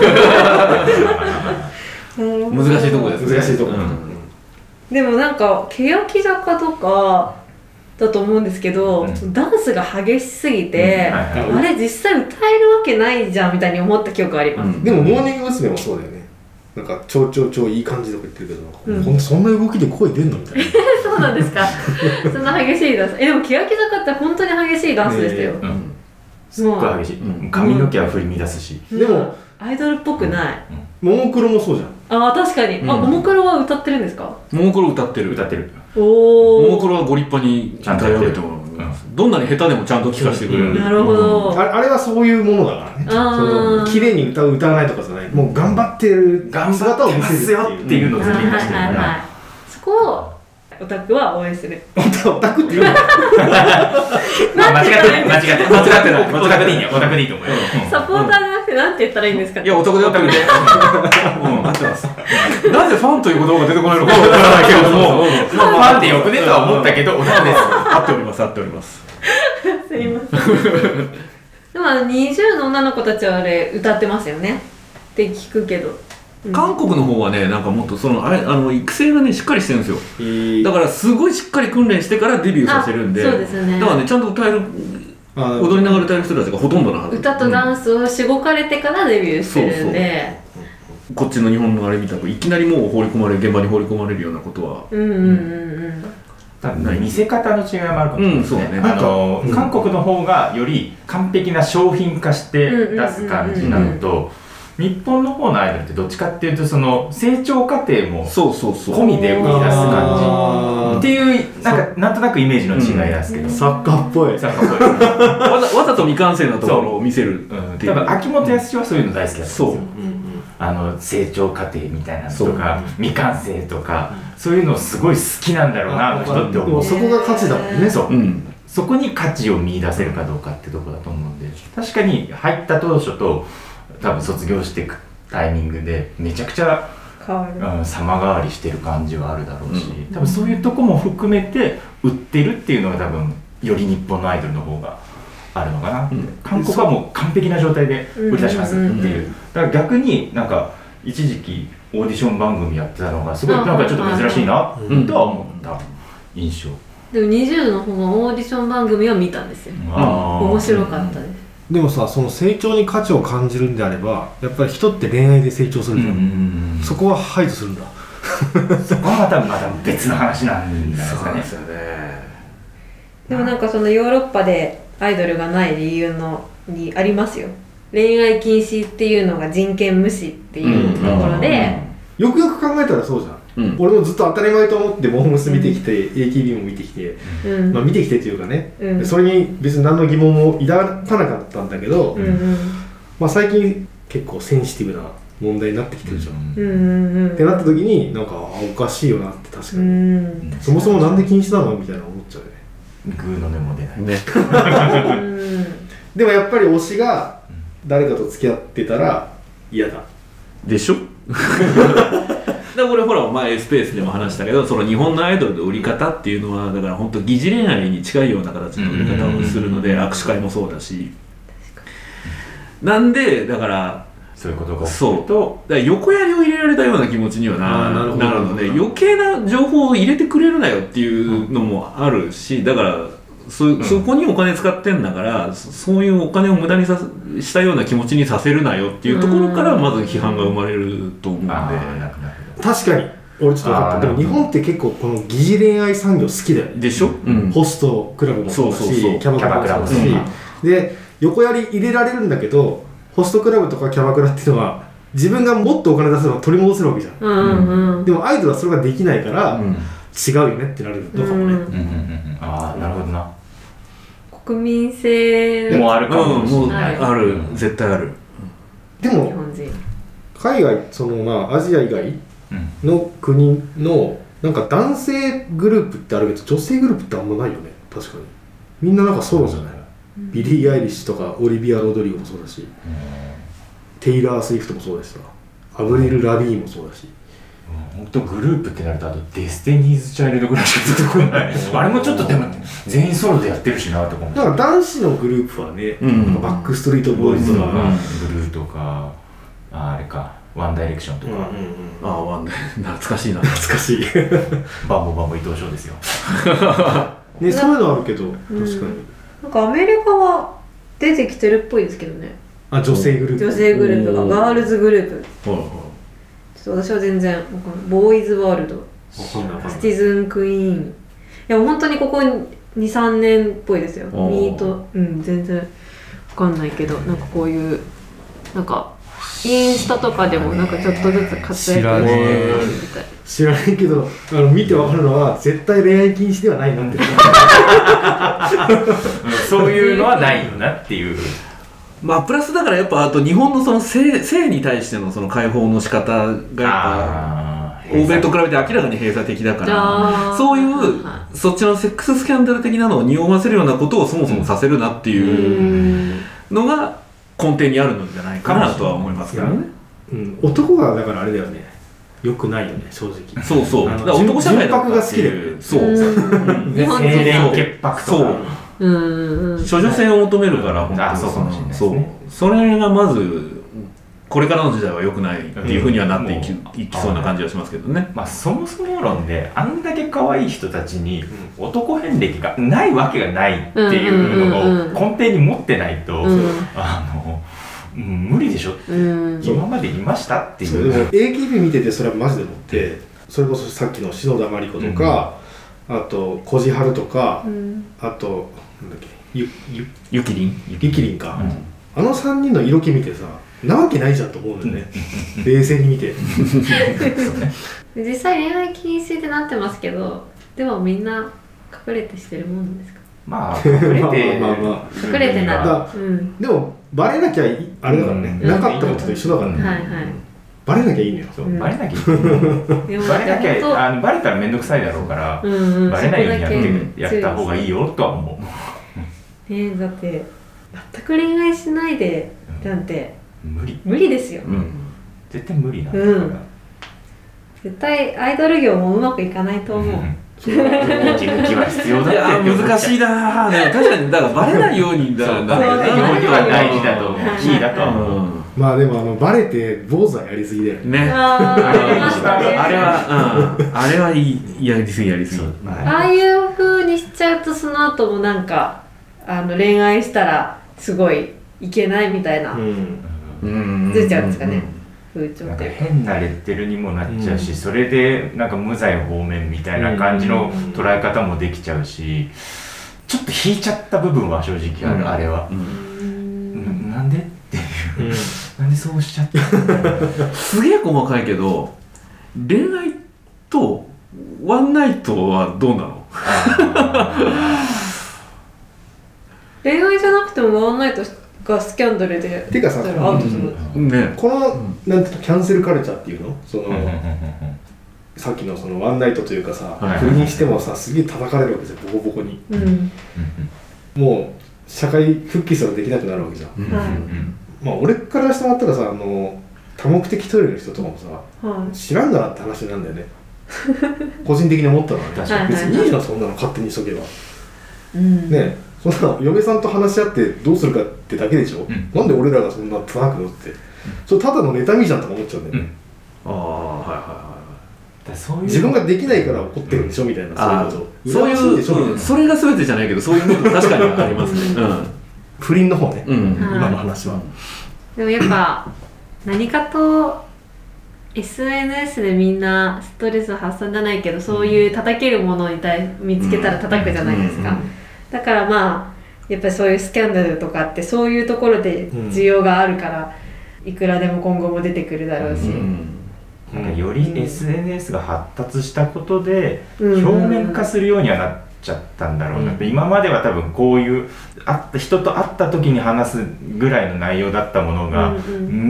難しいとこですね難しいとこ、 うんでもなんか欅坂とかだと思うんですけど、 うん、 ダンスが激しすぎて、 うんはいはいあれ実際歌えるわけないじゃんみたいに思った記憶あります、 うんでもモーニング娘。もそうだよね。なんか超超超いい感じとか言ってるけど、 うんほんとそんな動きで声出んのみたいなそうなんですかそんな激しいダンスえでも欅坂って本当に激しいダンスでしたよ、 ねうんすっごい激しい、 うん髪の毛は振り乱すし、 でもアイドルっぽくない、 ももクロもそうじゃん。 ああ確かに、 うんあももクロは歌ってるんですかももクロ歌ってる歌ってる。 おおももクロはご立派に歌い上げてもらいます、どんなに下手でもちゃんと聴かせてくれる、 うんなるほど、 あれあれはそういうものだからね。 あーその綺麗に歌う歌わないとかじゃない。もう頑張ってる頑姿を張ってます見せるっていう。 よっていうのをはいはい全部出してるから、 はいはいそこをオタクは応援するオタクって言うの。 まあ間違ってない間違ってない間違ってないオタクでいいんやオタクでいいと思うよ、うんサポーターじゃなくてなんて言ったらいいんですかねいやオタクでやってくれてうん合ってますなぜファンという言葉が出てこないのかわからないけれどもファンでよくねとは思ったけどオタクです。 合っております合っておりますすいませんでもにじゅうの女の子たちはあれ歌ってますよねって聞くけど、うん韓国の方はねなんかもっとそのあれあの育成がねしっかりしてるんですよえーだからすごいしっかり訓練してからデビューさせるんであそうですよねだからねちゃんと歌えるあの踊りながら歌える人たちがほとんどなはず歌とダンスをしごかれてからデビューしてるんで、 こっちの日本のあれみたくいきなりもう放り込まれる現場に放り込まれるようなことはうんうんうんうん多分見せ方の違いもあるかもしれないですね。 うんそうねあの、 うん韓国の方がより完璧な商品化して出す感じなのと、日本の方のアイドルってどっちかっていうとその成長過程もそうそうそう込みで売り出す感あーじっていうなんかなんとなくイメージの違いなんですけど、 サッカーっぽい。 さっきの声わざわざと未完成なところを見せるうんっていう多分秋元康はそういうの大好きだったんですよ。 そうあの成長過程みたいなのとか未完成とかそういうのすごい好きなんだろうなあの人って思う。 もうそこが価値だもんね。 そううんそこに価値を見出せるかどうかってとこだと思うんで、確かに入った当初と多分卒業していくタイミングでめちゃくちゃ、 変わるうん、様変わりしてる感じはあるだろうし、 うん多分そういうとこも含めて売ってるっていうのが多分より日本のアイドルの方があるのかなって、 うん韓国はもう完璧な状態で売り出しますっていう、 うんうんうんだから逆になんか一時期オーディション番組やってたのがすごいなんかちょっと珍しいなうんとは思った印象。 でもにじゅうの方のオーディション番組を見たんですよあー面白かったですでもさ、その成長に価値を感じるんであれば、やっぱり人って恋愛で成長するじゃん。 うんそこは排除するんだ。 そこはまたまた別の話なんじゃないですかね。 よねでもなんかそのヨーロッパでアイドルがない理由のにありますよ恋愛禁止っていうのが人権無視っていうところで、 よくよく考えたらそうじゃん。 うん俺もずっと当たり前と思ってモームス見てきて、エーケービー も見てきて、 うんまあ見てきてというかね、 うんそれに別に何の疑問も抱かなかったんだけど、 うんうんまあ最近結構センシティブな問題になってきてるじゃん。 うんうんうんってなった時になんかあおかしいよなって確かうに、 んそもそもなんで禁止なのみたいな思っちゃうよね。 グーの音も出ない。 ねうんでもやっぱり推しが誰かと付き合ってたら嫌だ。 でしょで俺ほら前スペースでも話したけどその日本のアイドルの売り方っていうのはだから本当疑似恋愛に近いような形の売り方をするのでうん握手会もそうだしなんでだからそういうことが起きそうると、 だから横やりを入れられたような気持ちにはなあーなるほどなるので余計な情報を入れてくれるなよっていうのもあるしだからそ, んそこにお金使ってんだからそそういうお金を無駄にさしたような気持ちにさせるなよっていうところからまず批判が生まれると思うんであーなるほど。 確かに俺ちょっと分かった。でも日本って結構この疑似恋愛産業好きだよね。 でしょ、うんホストクラブもそうだし、 そうそうそうキャバクラもそうだし、 キャバクラで横やり入れられるんだけどホストクラブとかキャバクラっていうのは自分がもっとお金出せば取り戻せるわけじゃん。 うんうんでもアイドルはそれができないから、 うん違うよねってなるのかもね。 うんうんうんうんうん。ああなるほどな。 国国民性もうあるかもしれもうない、 ある、絶対ある。 日でも本人海外そのまあアジア以外うんの国のなんか男性グループってあるけど女性グループってあんまないよね。確かにみんななんかソロじゃない、ビリー・アイリッシュとかオリビア・ロドリゴもそうだし、テイラー・スウィフトもそうだしさ、アブリル・ラビーンもそうだし、 本当グループってなるとあとデスティニーズ・チャイルドぐらいしか出てこないあれもちょっとでも全員ソロでやってるしなとか思だから男子のグループはね、 うんなんかバックストリート・ボーイズとか、 ブルーとかああれかワンダイレクションとか、 うんうんうん、 ああ、ワンダイ懐かしいな。 懐かしいバンボバンボ伊藤翔ですよね、そういうのあるけど、 うん確かになんかアメリカは出てきてるっぽいですけどね。 あ、女性グループ、 女性グループがおーガールズグループ。 はいはちょっと私は全然わかんない。ボーイズワールド、 わかんないわかんないシティズンクイーン。いや本当にここに、さんねんっぽいですよ。 おーミート、うん全然わかんないけど、なんかこういうなんかインスタとかでもなんかちょっとずつ活躍してるみたい。 知らないけど、あの見てわかるのは絶対恋愛禁止ではないなってそういうのはないよなっていうまあプラスだからやっぱあと日本のその性性に対してのその解放の仕方がやっぱあー欧米と比べて明らかに閉鎖的だからあーそういうはそっちのセックススキャンダル的なのを匂わせるようなことをそもそもさせるなっていいうのが根底にあるのじゃないかなとは思いますけどね。 うん、男がだからあれだよね、良くないよね、正直。 そうそう。 あのだから男社会だ純白が好きだよねそう。 うん日本人清廉の潔白とかそう。 うんうん処女性を求めるから、本当にあそうかもしれないですねそう。それがまずこれからの時代は良くないっていうふうにはなっていき,、 うんいきそうな感じはしますけどね。 まあそもそも論であんだけ可愛い人たちに男遍歴がないわけがないっていうのを根底に持ってないと、 うんあの、うん、無理でしょ、 うん今までいましたっていうそうでも エーケービー 見ててそれはマジで思って、それこそさっきの篠田麻里子とか、あと小路春とか、 うんあとなんだっけゆゆゆきりん。 ゆきりんか、 うんあのさんにんの色気見てさ、なわけないじゃんと思うんだよね冷静に見て実際恋愛禁止ってなってますけど、でもみんな隠れてしてるもんなんですか？ まあ隠れてまあまあまあ隠れてなだら、うん、 でもバレなきゃいいあれだからね、 うんなかったことと一緒だからね、 はいはい。 バレなきゃいいのよ、そううんバレなきゃいけないでもバレなき本当ゃあのバレたら面倒くさいだろうから、 うんうん、 バレないようにやっそこだてけやった方がいいよとは思う。 ねえ、だって全く恋愛しないでなんて無理無理ですよ、 うん。 絶対無理なんだから、 うん絶対アイドル業もうまくいかないと思う、 息抜きは必要だっていやー難しいなー。でも確かにだからバレないようにだそうだバレないようには大事だと思う、 はいキーだとは思う、 うまあでもあのバレて坊主はやりすぎだよねん。ね。 あーありましたねあれは、うん、あれはいいやりすぎやりすぎ。 そうまああいう風にしちゃうとその後もなんかあの恋愛したらすごいいけないみたいなうんうんずれちゃうんですかね、風潮なんかっていうか変なレッテルにもなっちゃうし、 うんそれでなんか無罪放免みたいな感じの捉え方もできちゃうし、ちょっと引いちゃった部分は正直ある、 うんあれはう、んななんでっていう、なんでそうしちゃったすげえ細かいけど恋愛とワンナイトはどうなの？ 恋愛じゃなくてもワンナイトがスキャンダルでてかさそれアウトするの、 ね。 この、なんていうのキャンセルカルチャーっていうのその、さっきのそのワンナイトというかさ、 はい不倫してもさすげえ叩かれるわけじゃん、ボコボコに。 うんもう社会復帰すらできなくなるわけじゃん。 うんはいまあ俺からしてもらったらさ、あの多目的トイレの人とかもさはい知らんだなって話なんだよね個人的に思ったのはね、 確かに別にいいじゃんそんなの勝手にしとけばうんね、そんなの嫁さんと話し合ってどうするかってだけでしょ、 んなんで俺らがそんな叩くのって、それただの妬みじゃんとか思っちゃうんだよね、 ああはいはいはい。 だそういう自分ができないから怒ってるんでしょみたいな、 あそういうことそう羨ましんでしょみたいいう、 なそれが全てじゃないけどそういうのも確かにありますね。 不倫の方ね、 うん。うん。 今の話は、 でもやっぱ何かと エスエヌエス でみんなストレス発散じゃないけどそういう叩けるものに対見つけたら叩くじゃないですか、 うんうんだからまあやっぱりそういうスキャンダルとかってそういうところで需要があるから、いくらでも今後も出てくるだろうし、 うんなんかより エスエヌエス が発達したことでうん表面化するようにはなっちゃったんだろうなって、うん、今までは多分こういうあった人と会った時に話すぐらいの内容だったものが、うんうん、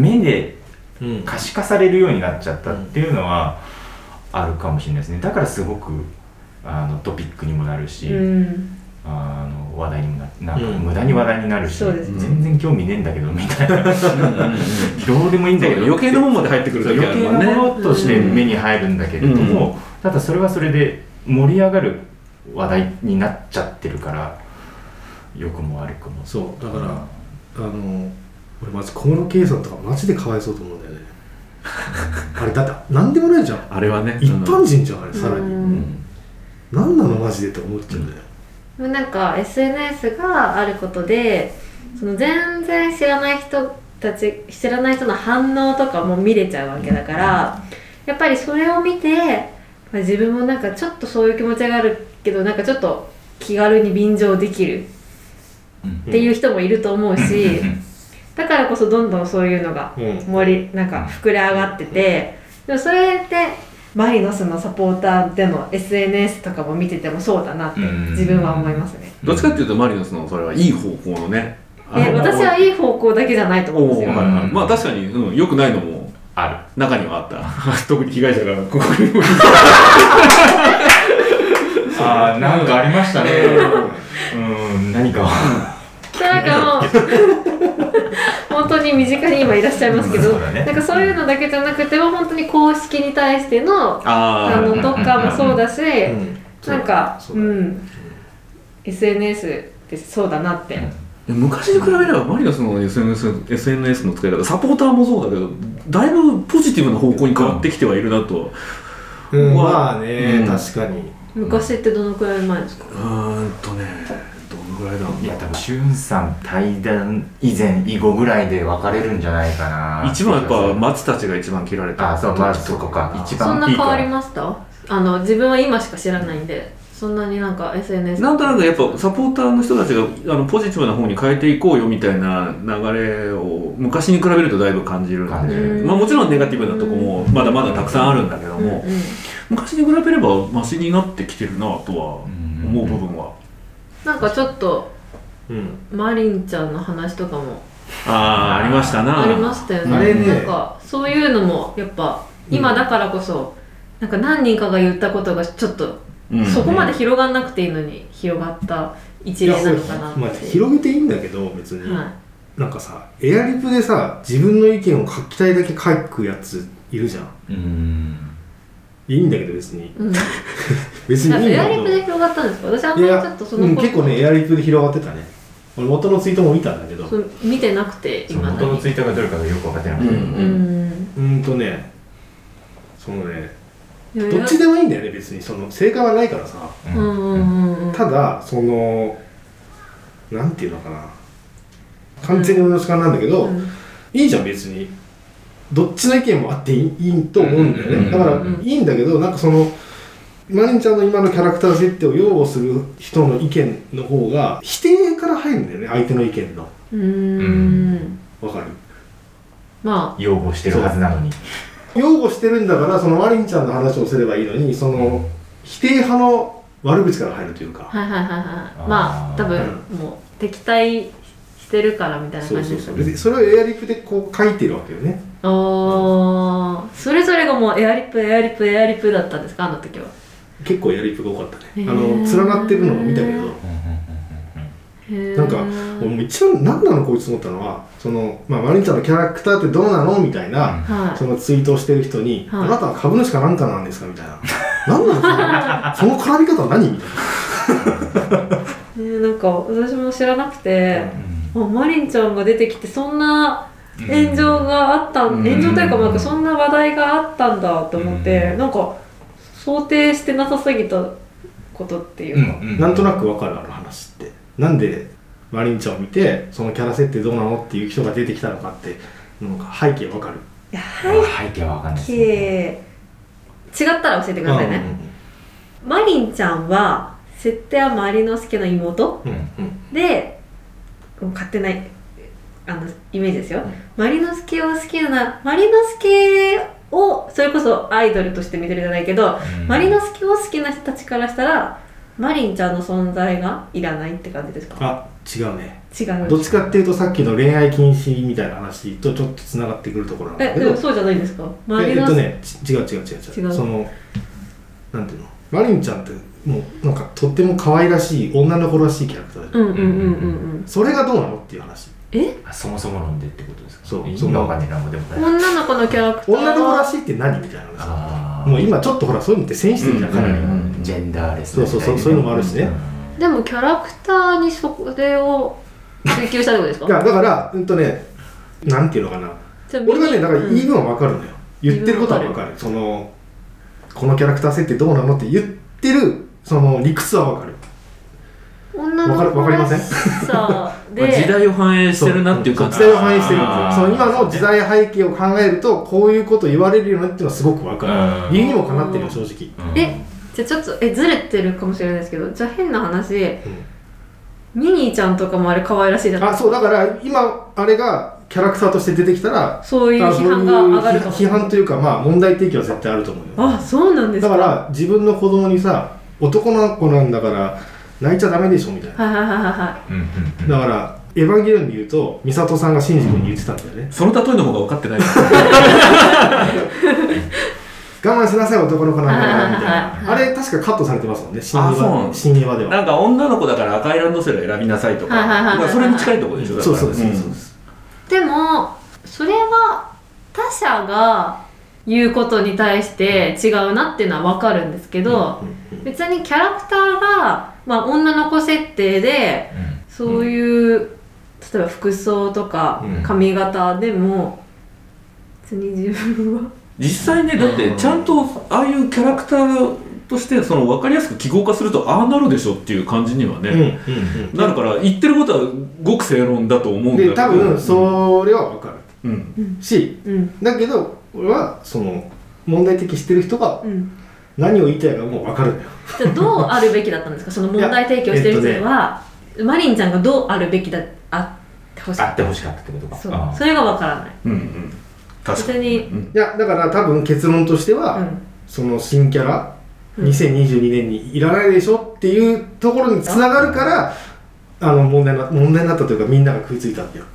目で可視化されるようになっちゃったっていうのはあるかもしれないですね。だからすごくあのトピックにもなるし、うん、あの話題にもなる、なんか無駄に話題になるし、うん、全然興味ねえんだけどみたいなどうでもいいんだけど余計なものまで入ってくる時あるもんね。 余計なものとして目に入るんだけれども、うん、ただそれはそれで盛り上がる話題になっちゃってるから良くも悪くも。 そうだから、うん、あの俺まず小室圭さんとかマジでかわいそうと思うんだよねあれだって何でもないじゃん、 あれはね一般人じゃんあれ、さらに、うん、何なのマジでって思っちゃうんだよ、 うん、なんか エスエヌエス があることでその全然知らない人たち知らない人の反応とかも見れちゃうわけだから、やっぱりそれを見て自分もなんかちょっとそういう気持ちがあるけどなんかちょっと気軽に便乗できるっていう人もいると思うし、だからこそどんどんそういうのが盛りなんか膨れ上がってて、でもそれでマリノスのサポーターでも エスエヌエス とかも見ててもそうだなって自分は思いますね。 どっちかっていうとマリノスのそれはいい方向のね、 え私はいい方向だけじゃないと思うんですよ。 はいはい、まあ確かに、うん、良くないのもある、中にはあった特に被害者がここにもあーなんかありましたねうん何かなんかもう本当に身近に今いらっしゃいますけど、うんね、なんかそういうのだけじゃなくても本当に公式に対してのああのドッカーもそうだし、うん、なんかう、うん、エスエヌエス ってそうだなって、 うん、昔に比べればマリノスの エスエヌエス, エスエヌエス の使い方、サポーターもそうだけどだいぶポジティブな方向に変わってきてはいるなと、 うん、まあね、うん、確かに。 昔ってどのくらい前ですか？ うーんとねどのぐらいだろう。 いや多分しゅんさん対談以前以後ぐらいで分かれるんじゃないかな。 一番やっぱ松たちが一番切られた。 あそう松とかか一番そんな変わりました？あの自分は今しか知らないんでそんなになんか エスエヌエスなんとなくやっぱサポーターの人たちがあのポジティブな方に変えていこうよみたいな流れを昔に比べるとだいぶ感じるんで、まあ、もちろんネガティブなとこもまだまだたくさんあるんだけども、うんうん、昔に比べればマシになってきてるなとは思う部分は、 なんかちょっと、うん、マリンちゃんの話とかもああありましたな。 ありましたよね。あれね、なんかそういうのもやっぱ今だからこそ、うん、なんか何人かが言ったことがちょっと、うん、そこまで広がんなくていいのに広がった一例なのかなって。 まあ、広げていいんだけど別に、はい、なんかさエアリプでさ自分の意見を書きたいだけ書くやついるじゃん。うん、いいんだけど別に、うん、別にいいんだけど。 エアリプで広がったんですか？私あんまりちょっとその、 うん、結構ねエアリプで広がってたね。俺元のツイートも見たんだけど見てなくて今元のツイートがどれかがよく分かってなくて、うん、 うんうんとねそのねどっちでもいいんだよね別にその正解はないからさ、うんうん、ただそのなんていうのかな完全に俺の主観なんだけど、うん、いいじゃん別にどっちの意見もあってい い, いいと思うんだよね、うん、だからいいんだけどなんかそのマリンちゃんの今のキャラクター設定を擁護する人の意見の方が否定から入るんだよね相手の意見の。うーんわかる？ まあ擁護してるはずなのに擁護してるんだからそのマリンちゃんの話をすればいいのにその、うん、否定派の悪口から入るというかはいはいはいはいまあ多分、うん、もう敵対してるからみたいな感じですよね。 そうそうそうそれをエアリップでこう書いてるわけよね。 ああ、うん、それぞれがもうエアリップエアリップエアリップだったんですかあの時は？ 結構エアリップが多かったね。あの連なってるのを見たけどなんかもう一番何なのこいつと思ったのはその、まあ、マリンちゃんのキャラクターってどうなのみたいな、はい、そのツイートをしてる人に、はい、あなたは株主かなんかなんですかみたいな何なのその絡み方は何みたいなねなんか私も知らなくて、うん、マリンちゃんが出てきてそんな炎上があった、うん、炎上というかなんかそんな話題があったんだと思って、うん、なんか想定してなさすぎたことっていうか、 うんうん、なんとなく分かるあの話ってなんでマリンちゃんを見てそのキャラ設定どうなのっていう人が出てきたのかってなんか背景分かる？ いや背景は分かんないですね。 違ったら教えてくださいね、うんうんうん、マリンちゃんは設定はマリノスケの妹、うんうん、で勝手なあのイメージですよ、うん、マリノスケを好きなマリノスケをそれこそアイドルとして見てるじゃないけど、うん、マリノスケを好きな人たちからしたらマリンちゃんの存在がいらないって感じですか？ あ、違うね。 違う。 どっちかっていうとさっきの恋愛禁止みたいな話とちょっとつながってくるところなんだえ、 けど、 でもそうじゃないんですか？周りのええっとね、ち違う違う違う違う違うそのなんていうの、マリンちゃんってもうなんかとっても可愛らしい女の子らしいキャラクターだよ、 うんうんうんうんうん。 それがどうなのっていう話。 え？ あそもそも論でってことですか？ そう意味がわかんねえなもうでもね。 女の子のキャラクターは女の子らしいって何みたいな話。 あーもう今ちょっとほらそういうのってセンシティブじゃん、かなり、 うんうんうんジェンダーレスそうそうそうそういうのもあるしね、 でもキャラクターにそれを追求したってことですか？ いやだからうんとね、なんていうのかな、 じゃあ俺はねだから言いうん分は分かるのよ、言ってることは分かる、そのこのキャラクター設定どうなのって言ってるその理屈は分かる。 女わかるの子わかりませんらしさでまあ時代を反映してるなっていう感じ。 時代を反映してるんですよ。 あーその今の時代背景を考えるとこういうこと言われるよねっていうのはすごく分かる。 うん理由にもかなってるよ正直。 うんえじゃあちょっとえずれてるかもしれないですけど、じゃあ変な話、ミニーちゃんとかもあれ可愛らしいじゃないあ、 ですか。 そうだから今あれがキャラクターとして出てきたら、 そういうあ批判が上がるかもそういう批判というかまあ問題提起は絶対あると思うよ。 あ、そうなんですか。 だから自分の子供にさ、男の子なんだから泣いちゃダメでしょみたいな。 はいはいはいはいはうんうんうんだからエヴァンゲリオンで言うと美里さんがシンジ君に言ってたんだよね。 その例えの方が分かってない。 我慢しなさい男の子なんだからみたいはいはいはいな。あれ確かカットされてますもんね。新あそうな話ん新話では。 なんか女の子だから赤いランドセル選びなさいとか、 はいはいはいはいまあそれに近いところでしょ。だからそうそうそうそう。 んい。でもそれは他者が言うことに対して違うなっていうのは分かるんですけど、別にキャラクターが、まあ、女の子設定でそういう、例えば服装とかうん髪型でも別に自分は実際ね、だってちゃんとああいうキャラクターとしてその分かりやすく記号化するとああなるでしょっていう感じにはね、 うんうんうん。 なるから言ってることはごく正論だと思うんだけど、 で多分それは分かうん、 るし、 うんだけど俺はその問題提起してる人がうん何を言いたいかもう分かるんだよ。 じゃあどうあるべきだったんですか？その問題提起をしてる人は、マリンちゃんがどうあるべきだあってほしい。 あってほしかったってことか。 そうあーそれが分からない。 うんうん確かに、 別にうんいやだから多分結論としては、 うんその新キャラ、 うんにせんにじゅうにねんにいらないでしょっていうところにつながるからあの問題な問題になったというかみんなが食いついたんだよ。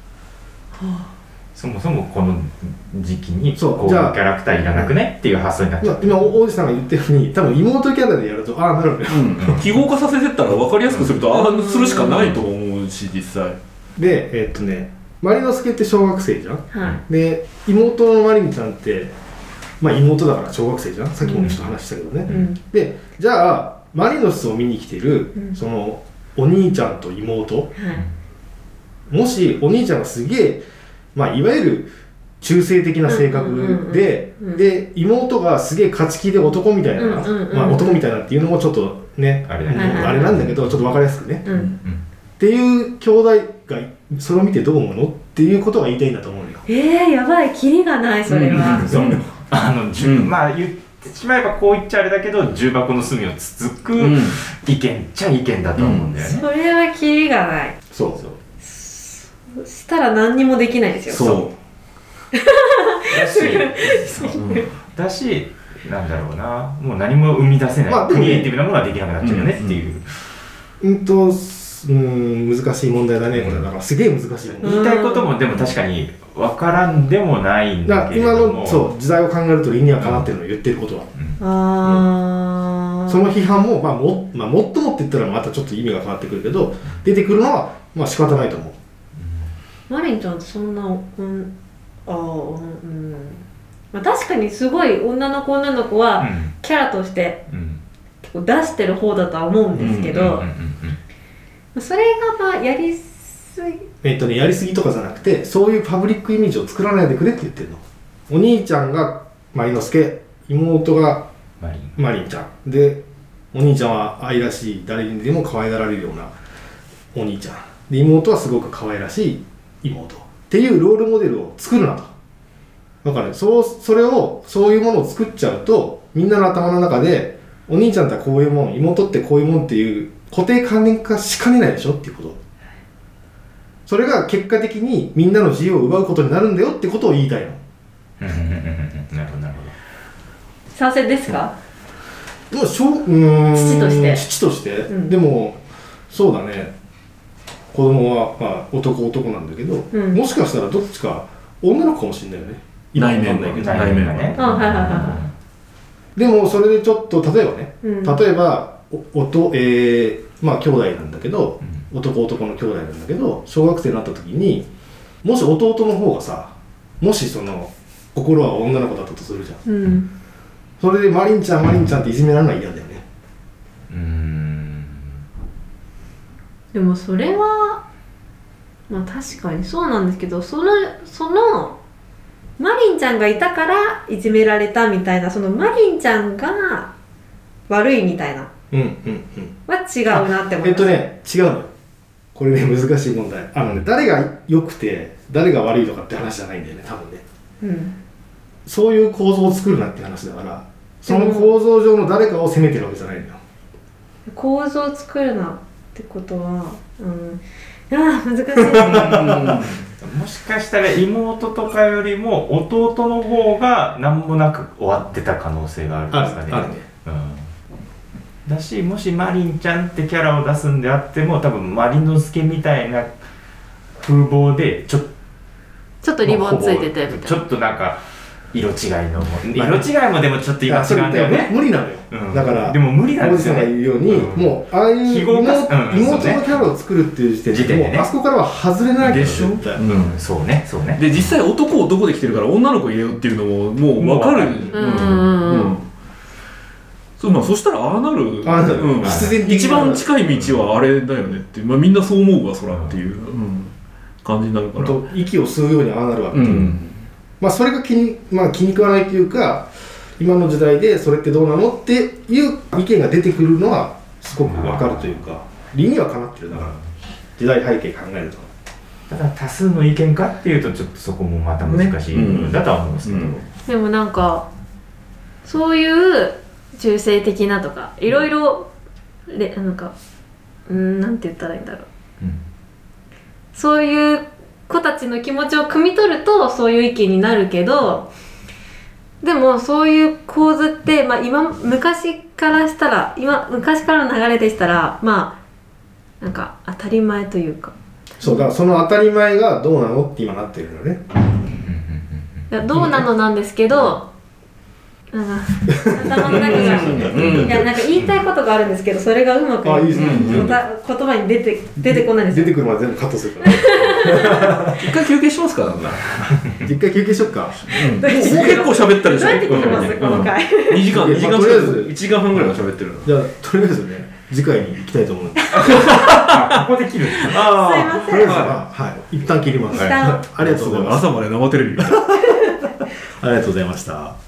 そもそもこの時期にこういうキそうじゃあャラクターいらなくねっていう発想になっちゃ今う。 今王子さんが言ってるように多分妹キャラでやるとああなるんだよ。 うん記号化させてったら分かりやすくするとああするしかないと思うし実際でえーっとねマリノスケって小学生じゃん。 はいで妹のマリンちゃんってまあ妹だから小学生じゃん。さっきもちょっと話したけどね、 うんでじゃあマリノスを見に来てる、 うんそのお兄ちゃんと妹、 はいもしお兄ちゃんがすげえ、まあ、いわゆる中性的な性格で、 うんうんうんうんで妹がすげえ勝ち気で男みたいな、 うんうんうんまあ、男みたいなっていうのもちょっとねあれだねうんあれなんだけどちょっと分かりやすくね、 ううんんっていう兄弟がそれを見てどう思うのっていうことが言いたいんだと思うのよ。 えー、やばいキリがないそれは、 そうあの、じゅうんまあ言ってしまえばこう言っちゃあれだけど重箱の隅をつつくうん意見っちゃ意見だと思うんだよね。 それはキリがない。 そうそうそしたら何にもできないですよ。 そうだしだしなんだろうなもう何も生み出せない、 まあでもねクリエイティブなものはできなくなっちゃうよねっていう、 うんとうん難しい問題だねこれだからすげえ難しい問題、 言いたいこともでも確かに分からんでもないんだから今だけれどものそう時代を考えると理にはかなってるの言ってることは、 あーその批判も、まあもまあ、もっともって言ったらまたちょっと意味が変わってくるけど出てくるのはまあ仕方ないと思う。 マリンちゃんってそんな、うん、あーうんまあ、確かにすごい女の子女の子はキャラとしてうんうん結構出してる方だとは思うんですけど、 うんうんうんそれがまあやりすぎえっとねやりすぎとかじゃなくてそういうパブリックイメージを作らないでくれって言ってるの。お兄ちゃんがマリノスケ、妹がマリンマリンちゃんでお兄ちゃんは愛らしい誰にでも可愛がられるようなお兄ちゃんで妹はすごく可愛らしい妹っていうロールモデルを作るなと。だからそうそれをそういうものを作っちゃうとみんなの頭の中でお兄ちゃんってこういうもん妹ってこういうもんっていう固定観念化しかねないでしょっていうこと。それが結果的にみんなの自由を奪うことになるんだよってことを言いたいの。 うんうんうんうんなるほどなるほど賛成ですか？ もうしょうーん父として父として、 うんでもそうだね子供は、まあ、男男なんだけど、 うんもしかしたらどっちか女の子かもしれないよね今内面わかんないけど内面がねあはいはいはいはでもそれでちょっと例えばね、 うん例えばおおと、えー、まあ兄弟なんだけど、男男の兄弟なんだけど小学生になった時にもし弟の方がさもしその心は女の子だったとするじゃん、 うんそれでマリンちゃんマリンちゃんっていじめられるのは嫌だよね。 うーんでもそれはまあ確かにそうなんですけどそのそのマリンちゃんがいたからいじめられたみたいなそのマリンちゃんが悪いみたいなうんうんうんは違うなって思います。 えっとね違うのよこれね難しい問題あのね誰が良くて誰が悪いとかって話じゃないんだよね多分ねうんそういう構造を作るなって話だからその構造上の誰かを責めてるわけじゃないのよ構造を作るなってことは、うん、ああ難しいね。 もしかしたら妹とかよりも弟の方が何もなく終わってた可能性があるんですかね。 あるあるねうん、だしもしマリンちゃんってキャラを出すんであっても多分マリノスケみたいな風貌でちょっとちょっとリボンついててみたいな。 ちょっとなんか色違いの色違いもでもちょっと今違うんだよね。 無理なのよ、 うんだからでも無理なんですよね。 おじさんが言うように、 うんもうああいう記妹,、 号化うん妹そうねのキャラを作るっていう時点で時点でねもうあそこからは外れないからでしょ絶対うん、そうねそうね。 で実際男男できてるから女の子入れようっていうのももう分かる。 もう分かるうんうんうんそうまあ、そしたらああなるああなるうん必然的な一番近い道はあれだよねって、まあ、みんなそう思うわそらっていう、うん感じになるから。 ほんと息を吸うようにああなるわけ、 うんまあそれが気に,、まあ、気に食わないというか今の時代でそれってどうなのっていう意見が出てくるのはすごくわかるというか理にはかなってるだから時代背景考えるとただ多数の意見かっていうとちょっとそこもまた難しい部分だとは思うんですけど、 うんでもなんかそういう中性的なとかいろいろでなんかうんなんて言ったらいいんだろう、 うんそういう子たちの気持ちを汲み取るとそういう意見になるけどでもそういう構図って、まあ、今昔からしたら今昔からの流れでしたらまあなんか当たり前というかそうだからその当たり前がどうなのって今なってるのねいやどうなのなんですけど、なんか頭の中がいやなんか言いたいことがあるんですけどそれがうまくあいいですねまた言葉に出て出てこないんですよ。 出てくるまで全部カットするから一回休憩しますかなんなら、 一回休憩しよっかうん、もうもう結構喋ったでしょ。 どうやって切ります、 うんこの回。 にじかん、にじかんまあとりあえずいちじかんはんぐらいは喋ってるの。 じゃあとりあえずね次回に行きたいと思うんであここで切るんですか。 あすいませんとりあえずははい一旦切ります一旦ありがとうございます朝まで生テレビみたいな。 ありがとうございました。